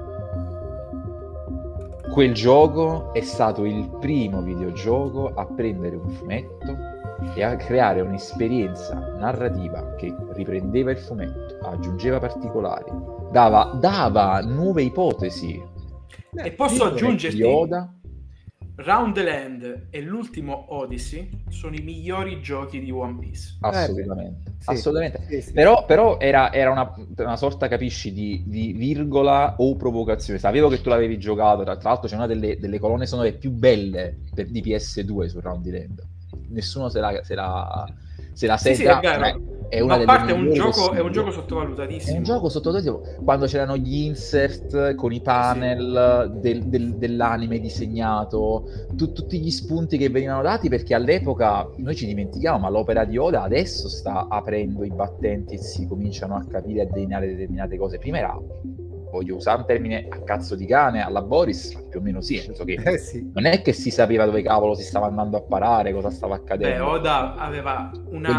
Quel gioco è stato il primo videogioco a prendere un fumetto e a creare un'esperienza narrativa che riprendeva il fumetto, aggiungeva particolari, dava nuove ipotesi. E posso aggiungerti, Yoda. Round the Land e l'ultimo Odyssey sono i migliori giochi di One Piece. Assolutamente, sì, assolutamente. sì. Però era una sorta, capisci, di virgola o provocazione. Sapevo che tu l'avevi giocato, tra l'altro c'è una delle colonne sonore più belle di PS2 su Round the Land. Nessuno se la sente. Sì, è vero. È una a parte delle è un gioco sottovalutatissimo. È un gioco sottovalutato. Quando c'erano gli insert con i panel dell'anime disegnato, tutti gli spunti che venivano dati, perché all'epoca noi ci dimentichiamo, ma l'opera di Oda adesso sta aprendo i battenti e si cominciano a capire e a delineare determinate cose. Prima era, voglio usare un termine a cazzo di cane, alla Boris, più o meno sì, nel senso che sì. non è che si sapeva dove cavolo si stava andando a parare, cosa stava accadendo. Oda aveva una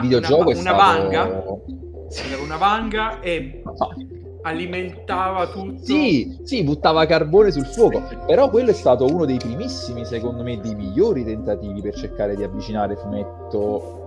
vanga e alimentava tutto. Sì, buttava carbone sul fuoco, però quello è stato uno dei primissimi, secondo me, dei migliori tentativi per cercare di avvicinare fumetto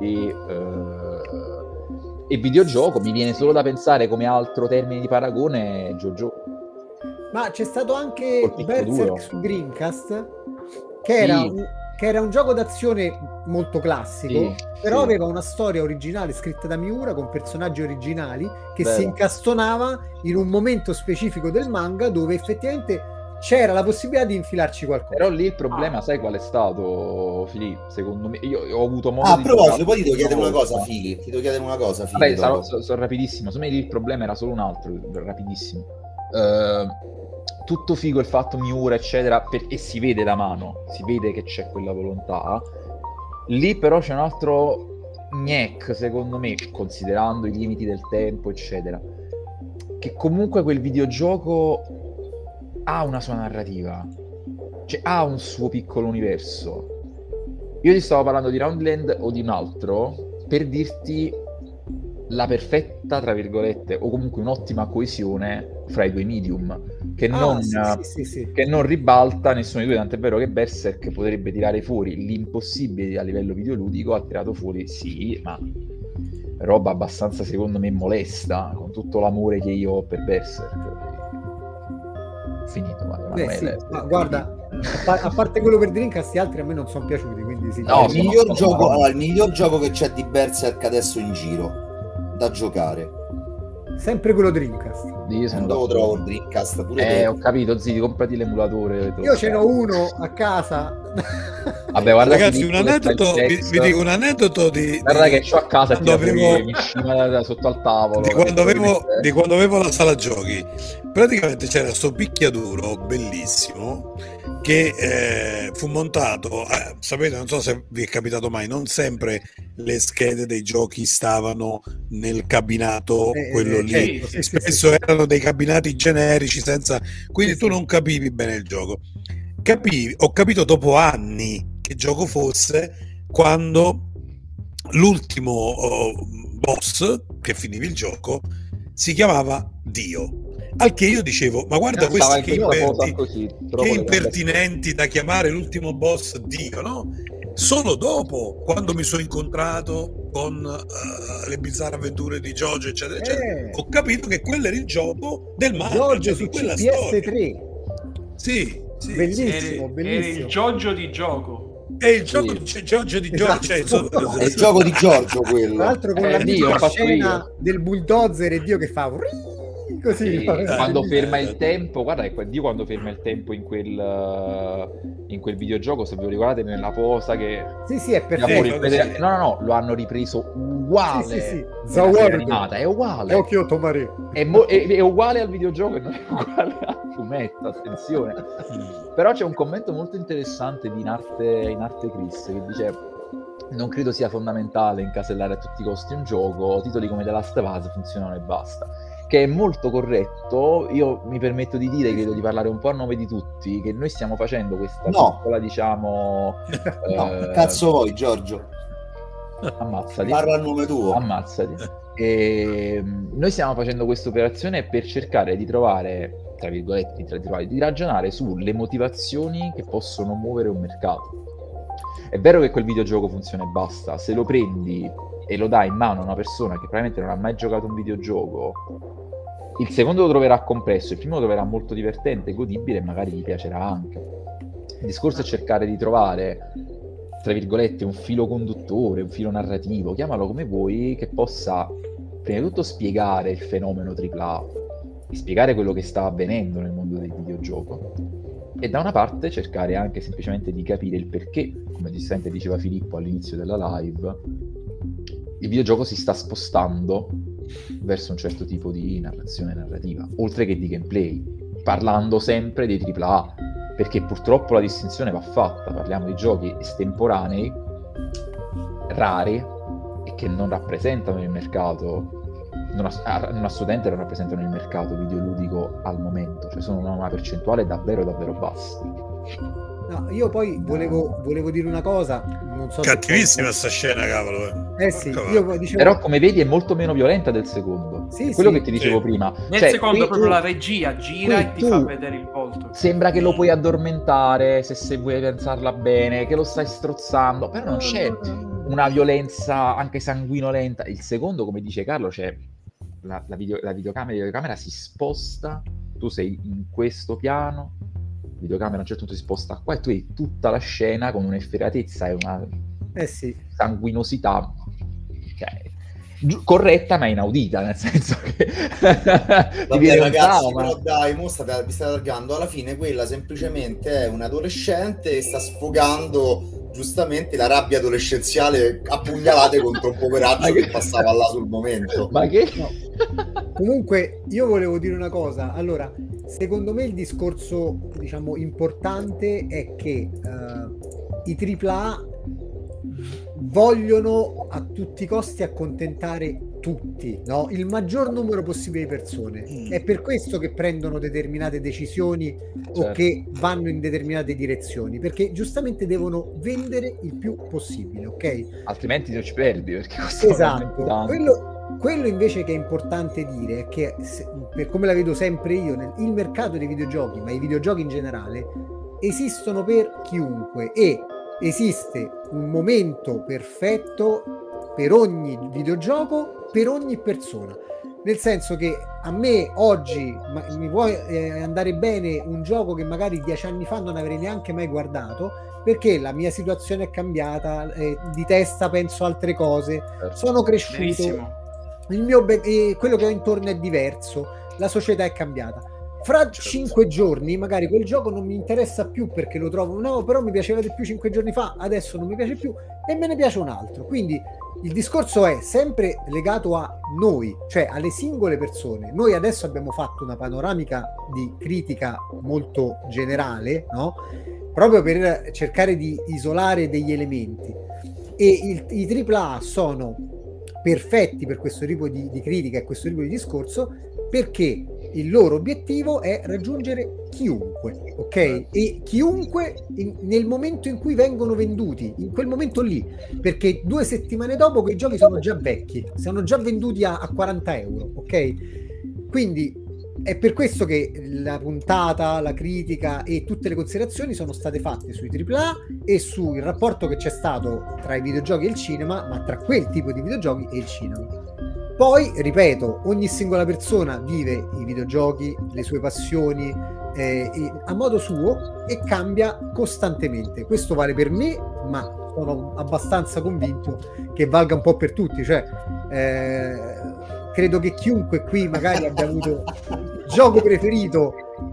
e videogioco. Mi viene solo da pensare come altro termine di paragone JoJo. Ma c'è stato anche Berserk su Dreamcast, che era un gioco d'azione molto classico, però aveva una storia originale scritta da Miura con personaggi originali che si incastonava in un momento specifico del manga dove effettivamente c'era la possibilità di infilarci qualcosa. Però lì il problema, sai qual è stato, Filippo? Secondo me, io ho avuto modo di... A proposito, poi ti devo chiedere una cosa, Fili. Vabbè, sono rapidissimo. Secondo me lì il problema era solo un altro, rapidissimo. Tutto figo il fatto Miura, eccetera, e si vede la mano, si vede che c'è quella volontà. Lì però c'è un altro gnack, secondo me, considerando i limiti del tempo, eccetera, che comunque quel videogioco ha una sua narrativa, cioè ha un suo piccolo universo. Io ti stavo parlando di Roundland o di un altro per dirti la perfetta, tra virgolette, o comunque un'ottima coesione fra i due medium, che non ribalta nessuno dei due, tant'è vero che Berserk potrebbe tirare fuori l'impossibile a livello videoludico, ha tirato fuori, sì, ma roba abbastanza, secondo me, molesta, con tutto l'amore che io ho per Berserk. Finito, ma guarda, a parte quello per Dreamcast, gli altri a me non sono piaciuti, quindi sì. No, il miglior gioco che c'è di Berserk adesso in giro da giocare, sempre quello Dreamcast. Io lo trovo il Dreamcast pure ho capito, zii, comprati l'emulatore. Io ce n'ho uno a casa. Vabbè, guarda, ragazzi, un aneddoto, vi dico un aneddoto di guarda che c'ho a casa sotto al tavolo di quando avevo la sala giochi. Praticamente c'era sto picchiaduro bellissimo che fu montato, sapete, non so se vi è capitato mai, non sempre le schede dei giochi stavano nel cabinato, quello lì, spesso erano dei cabinati generici senza, quindi tu non capivi bene il gioco. Ho capito dopo anni che gioco fosse quando l'ultimo boss che finivi il gioco si chiamava Dio. Al che io dicevo, ma guarda questi che impertinenti da chiamare l'ultimo boss Dio, no? Solo dopo, quando mi sono incontrato con le bizzarre avventure di Jojo, eccetera, eccetera, ho capito che quello era il gioco del manga, Jojo su quella PS3. Sì, bellissimo, bellissimo. Era il Jojo di gioco. È il gioco di Giorgio di Giorgio, è il gioco di Giorgio quello. Tra l'altro con la scena del bulldozer e Dio che fa così, quando ferma il tempo, guarda che Dio quando ferma il tempo in quel videogioco, se ve lo ricordate, nella posa che sì è perfetto. No, lo hanno ripreso uguale. Sì. Animata, è uguale. Occhio Tomari. È uguale al videogioco e non è uguale al fumetto, attenzione. Però c'è un commento molto interessante di in arte Chris che dice: non credo sia fondamentale incasellare a tutti i costi un gioco. Titoli come The Last of Us funzionano e basta, che è molto corretto. Io mi permetto di dire, credo di parlare un po' a nome di tutti, che noi stiamo facendo questa piccola, diciamo... cazzo vuoi, Giorgio? Ammazzati. Parla a nome tuo. Ammazzati. E noi stiamo facendo questa operazione per cercare di trovare, tra virgolette, di ragionare sulle motivazioni che possono muovere un mercato. È vero che quel videogioco funziona e basta. Se lo prendi e lo dai in mano a una persona che probabilmente non ha mai giocato un videogioco, il secondo lo troverà complesso, il primo lo troverà molto divertente, godibile e magari gli piacerà anche. Il discorso è cercare di trovare, tra virgolette, un filo conduttore, un filo narrativo, chiamalo come vuoi, che possa prima di tutto spiegare il fenomeno AAA e spiegare quello che sta avvenendo nel mondo del videogioco, e da una parte cercare anche semplicemente di capire il perché, come giustamente diceva Filippo all'inizio della live, il videogioco si sta spostando verso un certo tipo di narrativa, oltre che di gameplay, parlando sempre dei AAA, perché purtroppo la distinzione va fatta. Parliamo di giochi estemporanei, rari, e che non rappresentano il mercato, non assolutamente non rappresentano il mercato videoludico al momento, cioè sono una percentuale davvero davvero bassa. No, io poi volevo dire una cosa, non so, cattivissima sta scena, cavolo. Sì, io dicevo... Però come vedi è molto meno violenta del secondo. Sì, quello che ti dicevo prima. Nel secondo proprio la regia gira e ti fa vedere il volto. Sembra che lo puoi addormentare se vuoi pensarla bene, che lo stai strozzando, però non c'è una violenza anche sanguinolenta. Il secondo, come dice Carlo, c'è la videocamera si sposta, tu sei in questo piano, la videocamera a un certo punto si sposta qua e tu hai tutta la scena con un'efferatezza e una sanguinosità corretta ma inaudita, nel senso che vabbè, ragazzi, però dai, vi state allargando. Alla fine quella semplicemente è un adolescente e sta sfogando giustamente la rabbia adolescenziale a pugnalate contro un poveraccio che passava là sul momento. Ma che? No. Comunque io volevo dire una cosa. Allora, secondo me il discorso, diciamo, importante è che i AAA vogliono a tutti i costi accontentare tutti, no? Il maggior numero possibile di persone. È per questo che prendono determinate decisioni, certo, o che vanno in determinate direzioni, perché giustamente devono vendere il più possibile, ok? Altrimenti non ci perdi, perché esatto. Quello invece che è importante dire è che, per come la vedo sempre io, il mercato dei videogiochi, ma i videogiochi in generale, esistono per chiunque e esiste un momento perfetto per ogni videogioco, per ogni persona. Nel senso che a me oggi mi può andare bene un gioco che magari 10 anni fa non avrei neanche mai guardato, perché la mia situazione è cambiata, di testa penso altre cose, sono cresciuto, benissimo. Quello che ho intorno è diverso, la società è cambiata. Fra 5 giorni magari quel gioco non mi interessa più perché lo trovo, no, però mi piaceva di più 5 giorni fa, adesso non mi piace più e me ne piace un altro. Quindi il discorso è sempre legato a noi, cioè alle singole persone. Noi adesso abbiamo fatto una panoramica di critica molto generale, no? Proprio per cercare di isolare degli elementi, e i AAA sono perfetti per questo tipo di critica e questo tipo di discorso, perché il loro obiettivo è raggiungere chiunque, ok? E chiunque nel momento in cui vengono venduti, in quel momento lì, perché 2 settimane dopo quei giochi sono già vecchi, sono già venduti a 40 euro, ok? Quindi è per questo che la puntata, la critica e tutte le considerazioni sono state fatte sui AAA e sul rapporto che c'è stato tra i videogiochi e il cinema, ma tra quel tipo di videogiochi e il cinema. Poi, ripeto, ogni singola persona vive i videogiochi, le sue passioni a modo suo e cambia costantemente. Questo vale per me, ma sono abbastanza convinto che valga un po' per tutti. Cioè, credo che chiunque qui magari abbia avuto il gioco preferito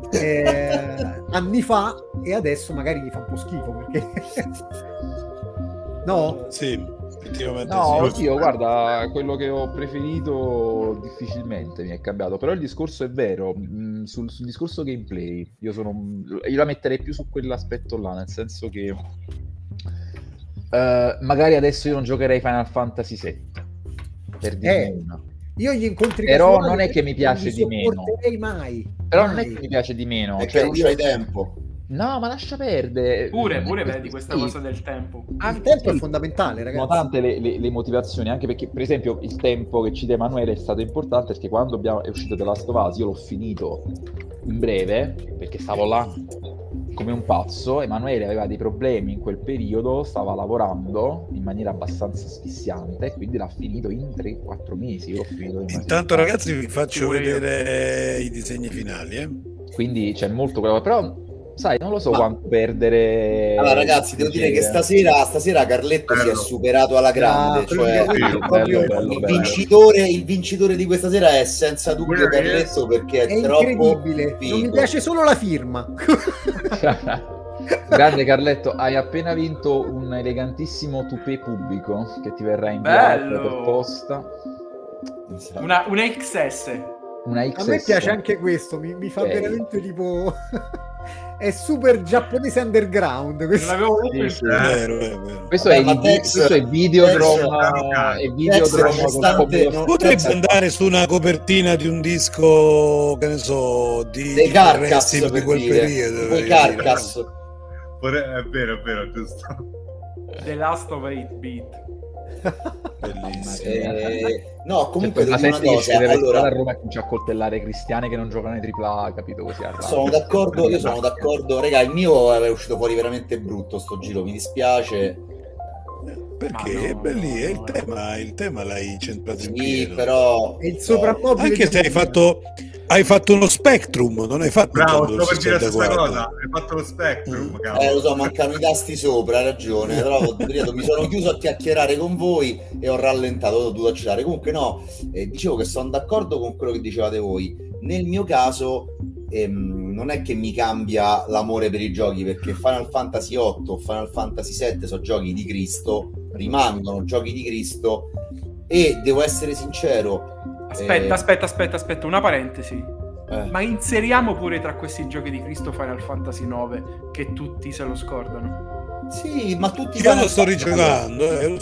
anni fa e adesso magari gli fa un po' schifo, perché... No? Sì. No, oddio, guarda, quello che ho preferito difficilmente mi è cambiato, però il discorso è vero. Sul discorso gameplay io la metterei più su quell'aspetto là, nel senso che Magari adesso io non giocherei Final Fantasy VII, per dirne una. Io gli incontri però non è che mi piace di meno. Mai. Però non è che mi piace di meno. Perché non c'hai tempo. No, ma lascia perdere. Pure vedi questa cosa del tempo. Il tempo è fondamentale, ragazzi. Sono tante le motivazioni, anche perché, per esempio, il tempo che cita Emanuele è stato importante perché quando è uscito The Last of Us io l'ho finito in breve perché stavo là come un pazzo. Emanuele aveva dei problemi in quel periodo, stava lavorando in maniera abbastanza asfissiante, quindi l'ha finito in 3-4 mesi. Io l'ho finito in intanto, ragazzi, vi faccio vedere i disegni finali. Quindi c'è molto quello, però sai, non lo so quanto perdere. Allora, ragazzi, devo dire che stasera Carletto si è superato alla grande. Il vincitore di questa sera è senza dubbio Carletto, perché è troppo incredibile. Non mi piace solo la firma. Grande Carletto, hai appena vinto un elegantissimo tupé pubblico che ti verrà inviato per posta. Una XS. A me piace anche questo, mi fa veramente tipo è super giapponese underground questo. Questo è il Videodrome. Potrebbe andare su una copertina di un disco, che ne so, di Carcass di quel periodo. Poi Carcass. È vero, giusto. The Last of 8-bit. No, comunque devo dire una cosa. Allora, a Roma comincia a coltellare cristiani che non giocano ai AAA, capito? Così sono d'accordo, raga. Il mio è uscito fuori veramente brutto sto giro, mi dispiace. Perché il tema l'hai centrato in pieno. Però il soprammobile, anche se hai fatto uno Spectrum, non hai fatto. Bravo, sto per dire la stessa cosa. Hai fatto lo Spectrum, lo so, mancano i tasti sopra, hai ragione. Però mi sono chiuso a chiacchierare con voi e ho rallentato, ho dovuto accelerare. Comunque no, dicevo che sono d'accordo con quello che dicevate voi. Nel mio caso non è che mi cambia l'amore per i giochi, perché Final Fantasy 8, Final Fantasy 7 sono giochi di Cristo, rimangono giochi di Cristo, e devo essere sincero. Aspetta, una parentesi. Ma inseriamo pure tra questi giochi di Cristo Final Fantasy 9, che tutti se lo scordano. Sì, ma tutti io lo sto rigiocando. Il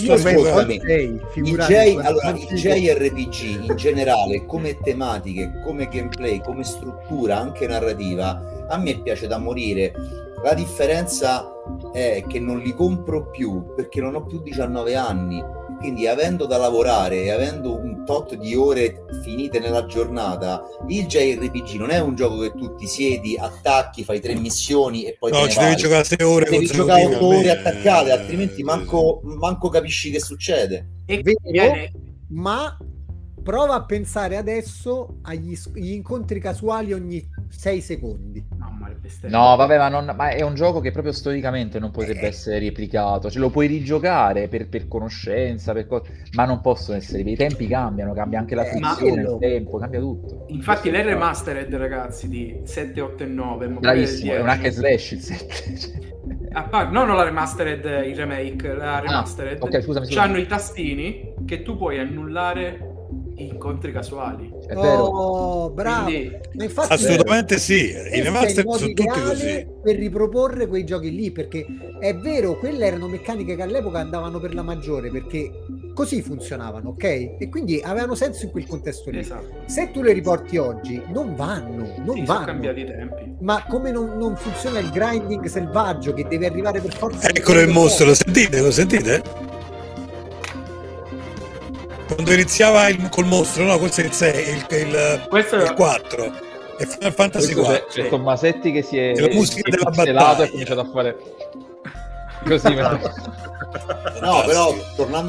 JRPG in generale, come tematiche, come gameplay, come struttura, anche narrativa, a me piace da morire. La differenza è che non li compro più perché non ho più 19 anni. Quindi, avendo da lavorare e avendo un tot di ore finite nella giornata, il JRPG non è un gioco che tu ti siedi, attacchi, fai 3 missioni e poi ci devi giocare 6 ore, devi giocare 8 ore attaccate, altrimenti manco capisci che succede. Ma prova a pensare adesso agli incontri casuali ogni 6 secondi. No, vabbè, ma è un gioco che proprio storicamente non potrebbe essere replicato. Cioè, lo puoi rigiocare per conoscenza, ma non possono essere. I tempi cambiano, cambia anche la frizione, il tempo, cambia tutto. Infatti l'R-Remastered, ragazzi, di 7, 8 e 9, bravissimo, è un hack and slash il 7. Non la remastered, il remake, la remastered. Okay, scusami. C'hanno i tastini che tu puoi annullare incontri casuali. È vero. Oh, bravo. Quindi, infatti, assolutamente sì, i remaster sono tutti così per riproporre quei giochi lì, perché è vero, quelle erano meccaniche che all'epoca andavano per la maggiore, perché così funzionavano, ok? E quindi avevano senso in quel contesto lì. Esatto. Se tu le riporti oggi non vanno. Sono cambiati i tempi. Ma come non funziona il grinding selvaggio che deve arrivare per forza? Eccolo il mostro, lo sentite? Quando iniziava col mostro, no, questo è il 6, questo è il 4 e Final Fantasy 4. C'è Tommasetti che si è la musica della battaglia e ha cominciato a fare così. No, però tornando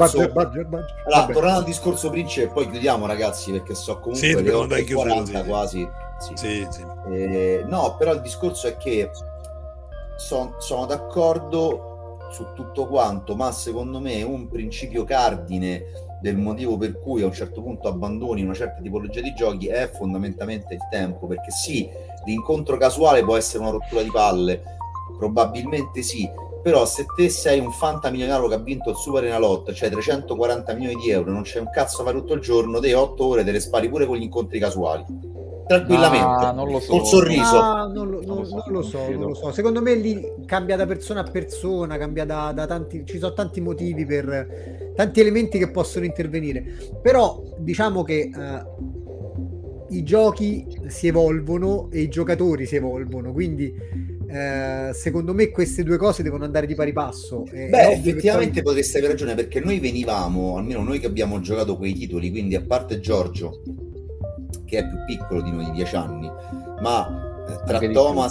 al discorso principe, poi chiudiamo, ragazzi, perché so comunque le 8:40 quasi. Sì. No, però il discorso è che sono d'accordo su tutto quanto, ma secondo me un principio cardine del motivo per cui a un certo punto abbandoni una certa tipologia di giochi è fondamentalmente il tempo, perché sì, l'incontro casuale può essere una rottura di palle, probabilmente sì, però se te sei un fantamilionario che ha vinto il Super Enalotto, cioè 340 milioni di euro, non c'è un cazzo a fare tutto il giorno, te 8 ore te le spari pure con gli incontri casuali, tranquillamente, non lo so. col sorriso. Non lo so. Secondo me lì cambia da persona a persona, cambia da tanti, ci sono tanti motivi per tanti elementi che possono intervenire. Però diciamo che i giochi si evolvono e i giocatori si evolvono, quindi secondo me queste due cose devono andare di pari passo. Effettivamente potreste avere ragione, perché noi venivamo, almeno noi che abbiamo giocato quei titoli, quindi a parte Giorgio che è più piccolo di noi di 10 anni, ma tra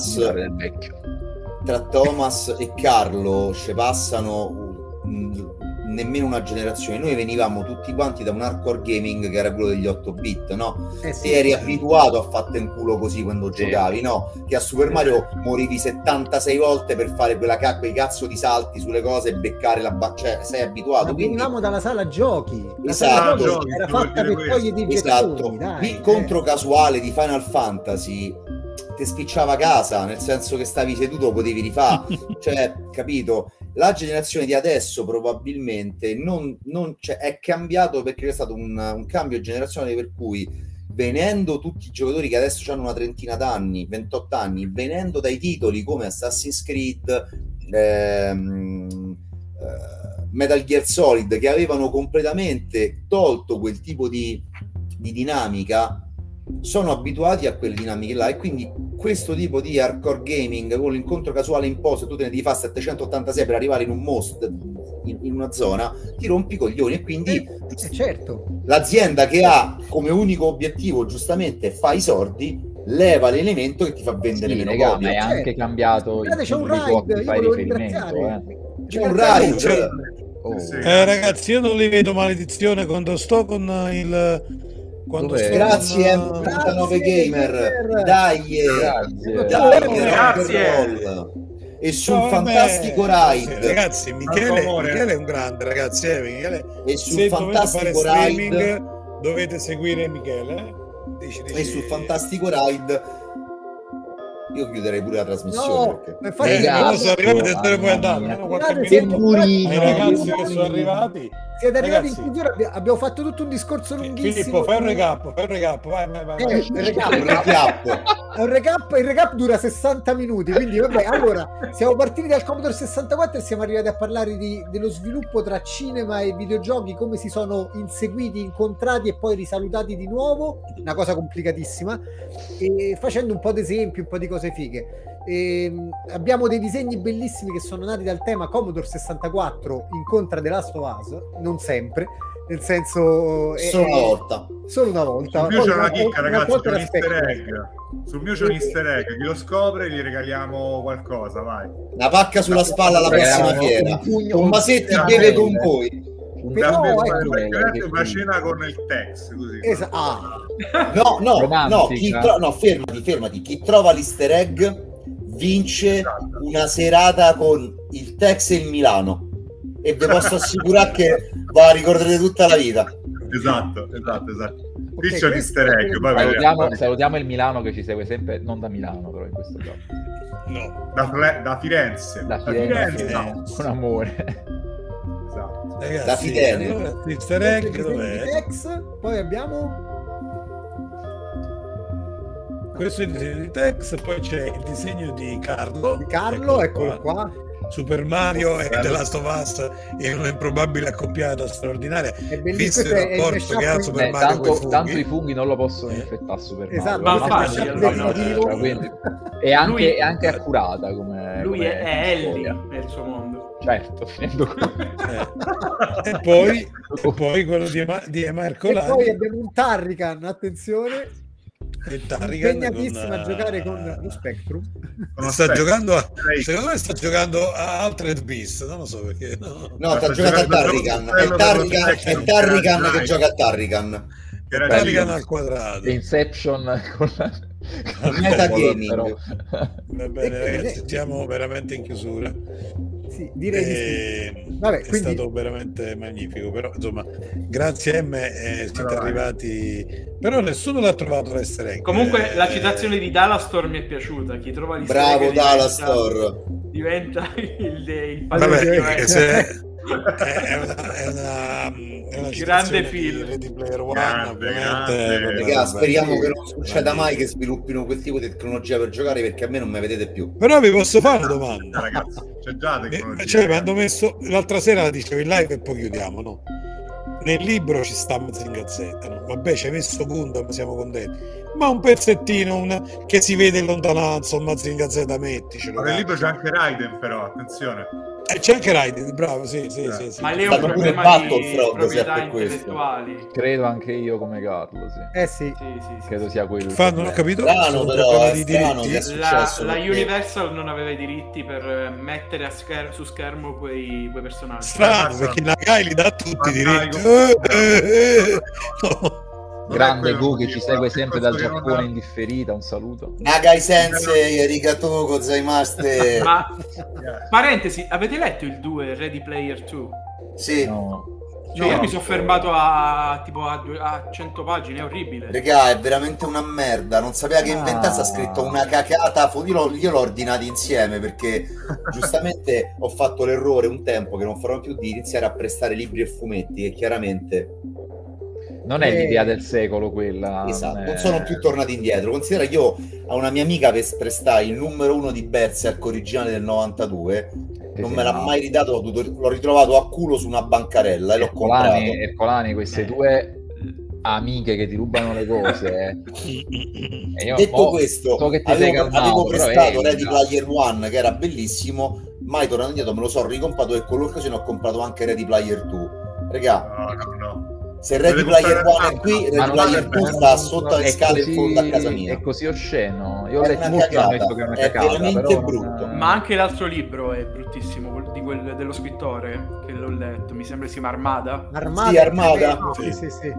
Thomas e Carlo ci passano nemmeno una generazione. Noi venivamo tutti quanti da un hardcore gaming che era quello degli 8 bit, no? Ti eri abituato a fatte in culo così quando giocavi, no? Che a Super Mario morivi 76 volte per fare quei cazzo di salti sulle cose e beccare cioè sei abituato. Ma quindi venivamo dalla sala giochi. Sala giochi era fatta per togliere i gettoni, l'incontro casuale di Final Fantasy ti spicciava casa, nel senso che stavi seduto, potevi rifare, cioè, capito? La generazione di adesso probabilmente cioè, è cambiato, perché c'è stato un cambio generazionale per cui, venendo tutti i giocatori che adesso hanno una trentina d'anni, 28 anni, venendo dai titoli come Assassin's Creed, Metal Gear Solid, che avevano completamente tolto quel tipo di dinamica, sono abituati a quelle dinamiche là, e quindi questo tipo di hardcore gaming con l'incontro casuale imposto, tu te ne devi fare 786 per arrivare in un most in una zona, ti rompi i coglioni. E quindi certo, l'azienda che ha come unico obiettivo giustamente fa i soldi, leva l'elemento che ti fa vendere meno copie. Ma è anche cambiato. C'è un ride, io volevo ringraziare. C'è un ride. Ragazzi, io non li vedo, maledizione, quando sto con il... Grazie M99 Gamer, dai, grazie. E sul fantastico ride, ragazzi, Michele è un grande, ragazzi, Michele, e sul fantastico ride dovete seguire Michele, dici. E sul fantastico ride io chiuderei pure la trasmissione, perché non so, arrivate, te ne puoi andare qualche minuto ai ragazzi che sono arrivati. Siete arrivati in chiusura, abbiamo fatto tutto un discorso lunghissimo. Filippo, fai un recap, vai. Il recap dura 60 minuti, quindi vabbè, allora, siamo partiti dal Commodore 64 e siamo arrivati a parlare dello sviluppo tra cinema e videogiochi, come si sono inseguiti, incontrati e poi risalutati di nuovo, una cosa complicatissima, e facendo un po' di esempi, un po' di cose fighe. Abbiamo dei disegni bellissimi che sono nati dal tema Commodore 64 incontra The Last of Us, non sempre, nel senso solo una volta. Sul mio c'è una chicca, ragazzi, c'è un easter egg. Sul mio c'è un easter egg, chi lo scopre gli regaliamo qualcosa, vai. Una pacca sulla spalla alla prossima fiera. Tommasetti beve con voi. Una cena con il Tex, così. No, fermati. Chi trova l'easter egg vince una serata con il Tex e il Milano, e vi posso assicurare che va a ricordare tutta la vita. Esatto. Qui c'è l'easter egg. Salutiamo il Milano che ci segue sempre, non da Milano però in questo caso. No, da Firenze. Da Firenze. Con amore. Ragazzi, da Fidene. Allora, l'easter egg dov'è? Poi abbiamo questo è il disegno di Tex, poi c'è il disegno di Carlo, eccolo qua. Super Mario e The Last of Us è una improbabile accoppiata straordinaria, visto il rapporto che ha Super Mario tanto i funghi non lo possono infettare Super Mario, ma quindi è anche accurata come lui è Ellie nel suo mondo, certo, finendo e poi quello di Marco Lani. E poi abbiamo un Tarrican, attenzione, impegnatissimo a giocare con lo Spectrum. Secondo me sta giocando a Altered Beast, non lo so perché. No, sta giocando a Tarrican. È Tarrican che gioca a Tarrican. Tarrican al quadrato. Inception con metagaming. Va bene, ragazzi, siamo veramente in chiusura. Sì, direi di sì. Vabbè, è stato veramente magnifico, però insomma grazie siete arrivati, però nessuno l'ha trovato l'easter egg. Comunque la citazione di Dalastor mi è piaciuta, chi trova bravo Dalastor diventa il vabbè, è una grande film. Ready Player One, Raga, speriamo che non succeda mai che sviluppino quel tipo di tecnologia per giocare, perché a me non mi vedete più. Però vi posso fare una domanda, ragazzi, c'è già tecnologia. Cioè, mi hanno messo l'altra sera, la dicevo in live e poi chiudiamo, no? Nel libro ci sta Mazinga Z, no? Vabbè, ci hai messo Gundam, siamo contenti, ma un pezzettino che si vede in lontananza, un Mazinga Z, metticelo. Nel libro c'è anche Raiden, però attenzione. C'è anche Raiden, bravo, sì. Ma lì è un problema di proprietà intellettuali. Credo anche io come Carlo, sì. Sì. Credo sia quello. Non ho capito. Strano, però, di diritti. La Universal non aveva i diritti per mettere su schermo quei personaggi. Strano, perché Nagai li dà a tutti i diritti. Grande Gu che ci segue sempre dal Giappone in differita, un saluto. Nagai Sensei, arigato gozaimaste. Ma parentesi, avete letto il 2 Ready Player 2? Sì. Io mi sono fermato a 100 pagine, è orribile. Regà, è veramente una merda, non sapeva che inventasse, ha scritto una cacata, io l'ho ordinato insieme perché giustamente ho fatto l'errore un tempo, che non farò più, di iniziare a prestare libri e fumetti, che chiaramente non è l'idea del secolo quella. Esatto, non sono più tornati indietro. Considera che io a una mia amica prestai il numero 1 di Berserk originale del 92, non me l'ha mai ridato, l'ho ritrovato a culo su una bancarella e l'ho comprato. Ercolani, queste due amiche che ti rubano le cose. E io, detto questo, so che avevo prestato Ready Player One, che era bellissimo, mai tornato indietro, me lo so ricomprato e con l'occasione ho comprato anche Ready Player 2. Regà, no. Se Ready Player One è qui, Ready Player 2 sta sotto le scale in fondo a casa mia. È così osceno. Io ho letto molto, hanno detto che è una cagata, veramente brutto. Ma anche l'altro libro è bruttissimo, dello scrittore, che l'ho letto, mi sembra si chiama Armada. Sì, Armada. Sì.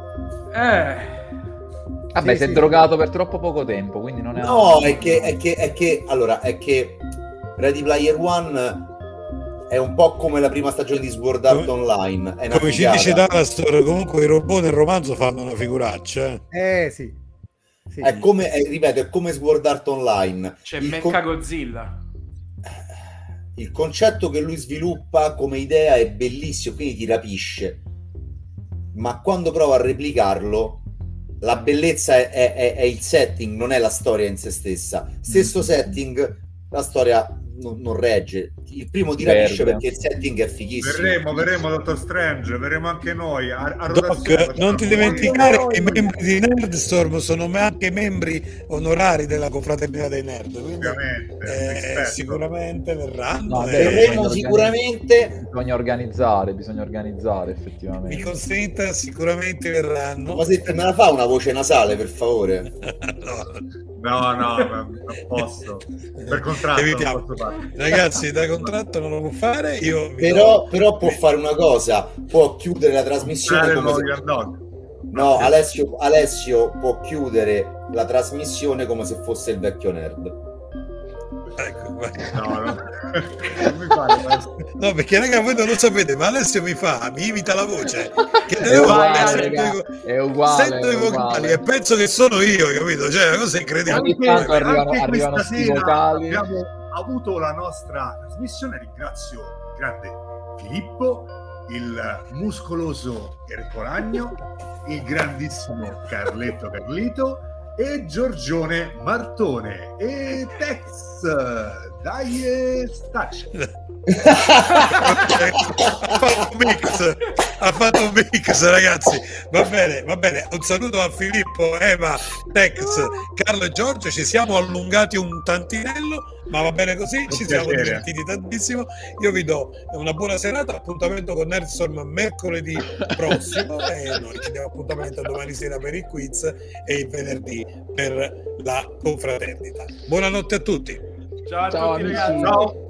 Vabbè, si è drogato per troppo poco tempo, quindi non è... No, è che Ready Player One è un po' come la prima stagione di Sword Art Online. È come ci dice Dalastor, comunque i robot nel romanzo fanno una figuraccia. Sì. È come, ripeto, è come Sword Art Online. C'è Mechagodzilla. Il concetto che lui sviluppa come idea è bellissimo, quindi ti rapisce. Ma quando prova a replicarlo, la bellezza è il setting, non è la storia in se stessa. Stesso setting, la storia non regge. Il primo ti rapisce perché il setting è fighissimo. Verremo Dottor Strange, verremo anche noi a Doc, non ti dimenticare che i membri di Nerdstorm sono anche membri onorari della confraternita dei nerd, quindi sicuramente verranno. Verremo sicuramente. Bisogna organizzare effettivamente. Mi consenta, sicuramente verranno. Ma se me la fa una voce nasale, per favore? No, non posso. Per contratto non posso fare. Ragazzi, da contratto non lo può fare. Però può fare una cosa, può chiudere la trasmissione come se... No, Alessio può chiudere la trasmissione come se fosse il vecchio nerd. Ecco, non mi pare. No, perché raga, voi non lo sapete, ma Alessio mi imita la voce che è uguale, sento i vocali e penso che sono io, capito? Cioè, una cosa incredibile. Arrivano questi vocali. Abbiamo avuto la nostra trasmissione. Ringrazio il grande Filippo, il muscoloso Ercolagno, il grandissimo Carlito e Giorgione Martone e Tex. Dai, staccia. ha fatto un mix, ragazzi. Va bene, un saluto a Filippo, Eva, Tex, Carlo e Giorgio. Ci siamo allungati un tantinello, ma va bene così, ci siamo divertiti tantissimo. Io vi do una buona serata, appuntamento con Nerdstorm mercoledì prossimo e noi ci diamo appuntamento domani sera per il quiz e il venerdì per la confraternita. Buonanotte a tutti. Ciao a tutti, ragazzi. Ciao.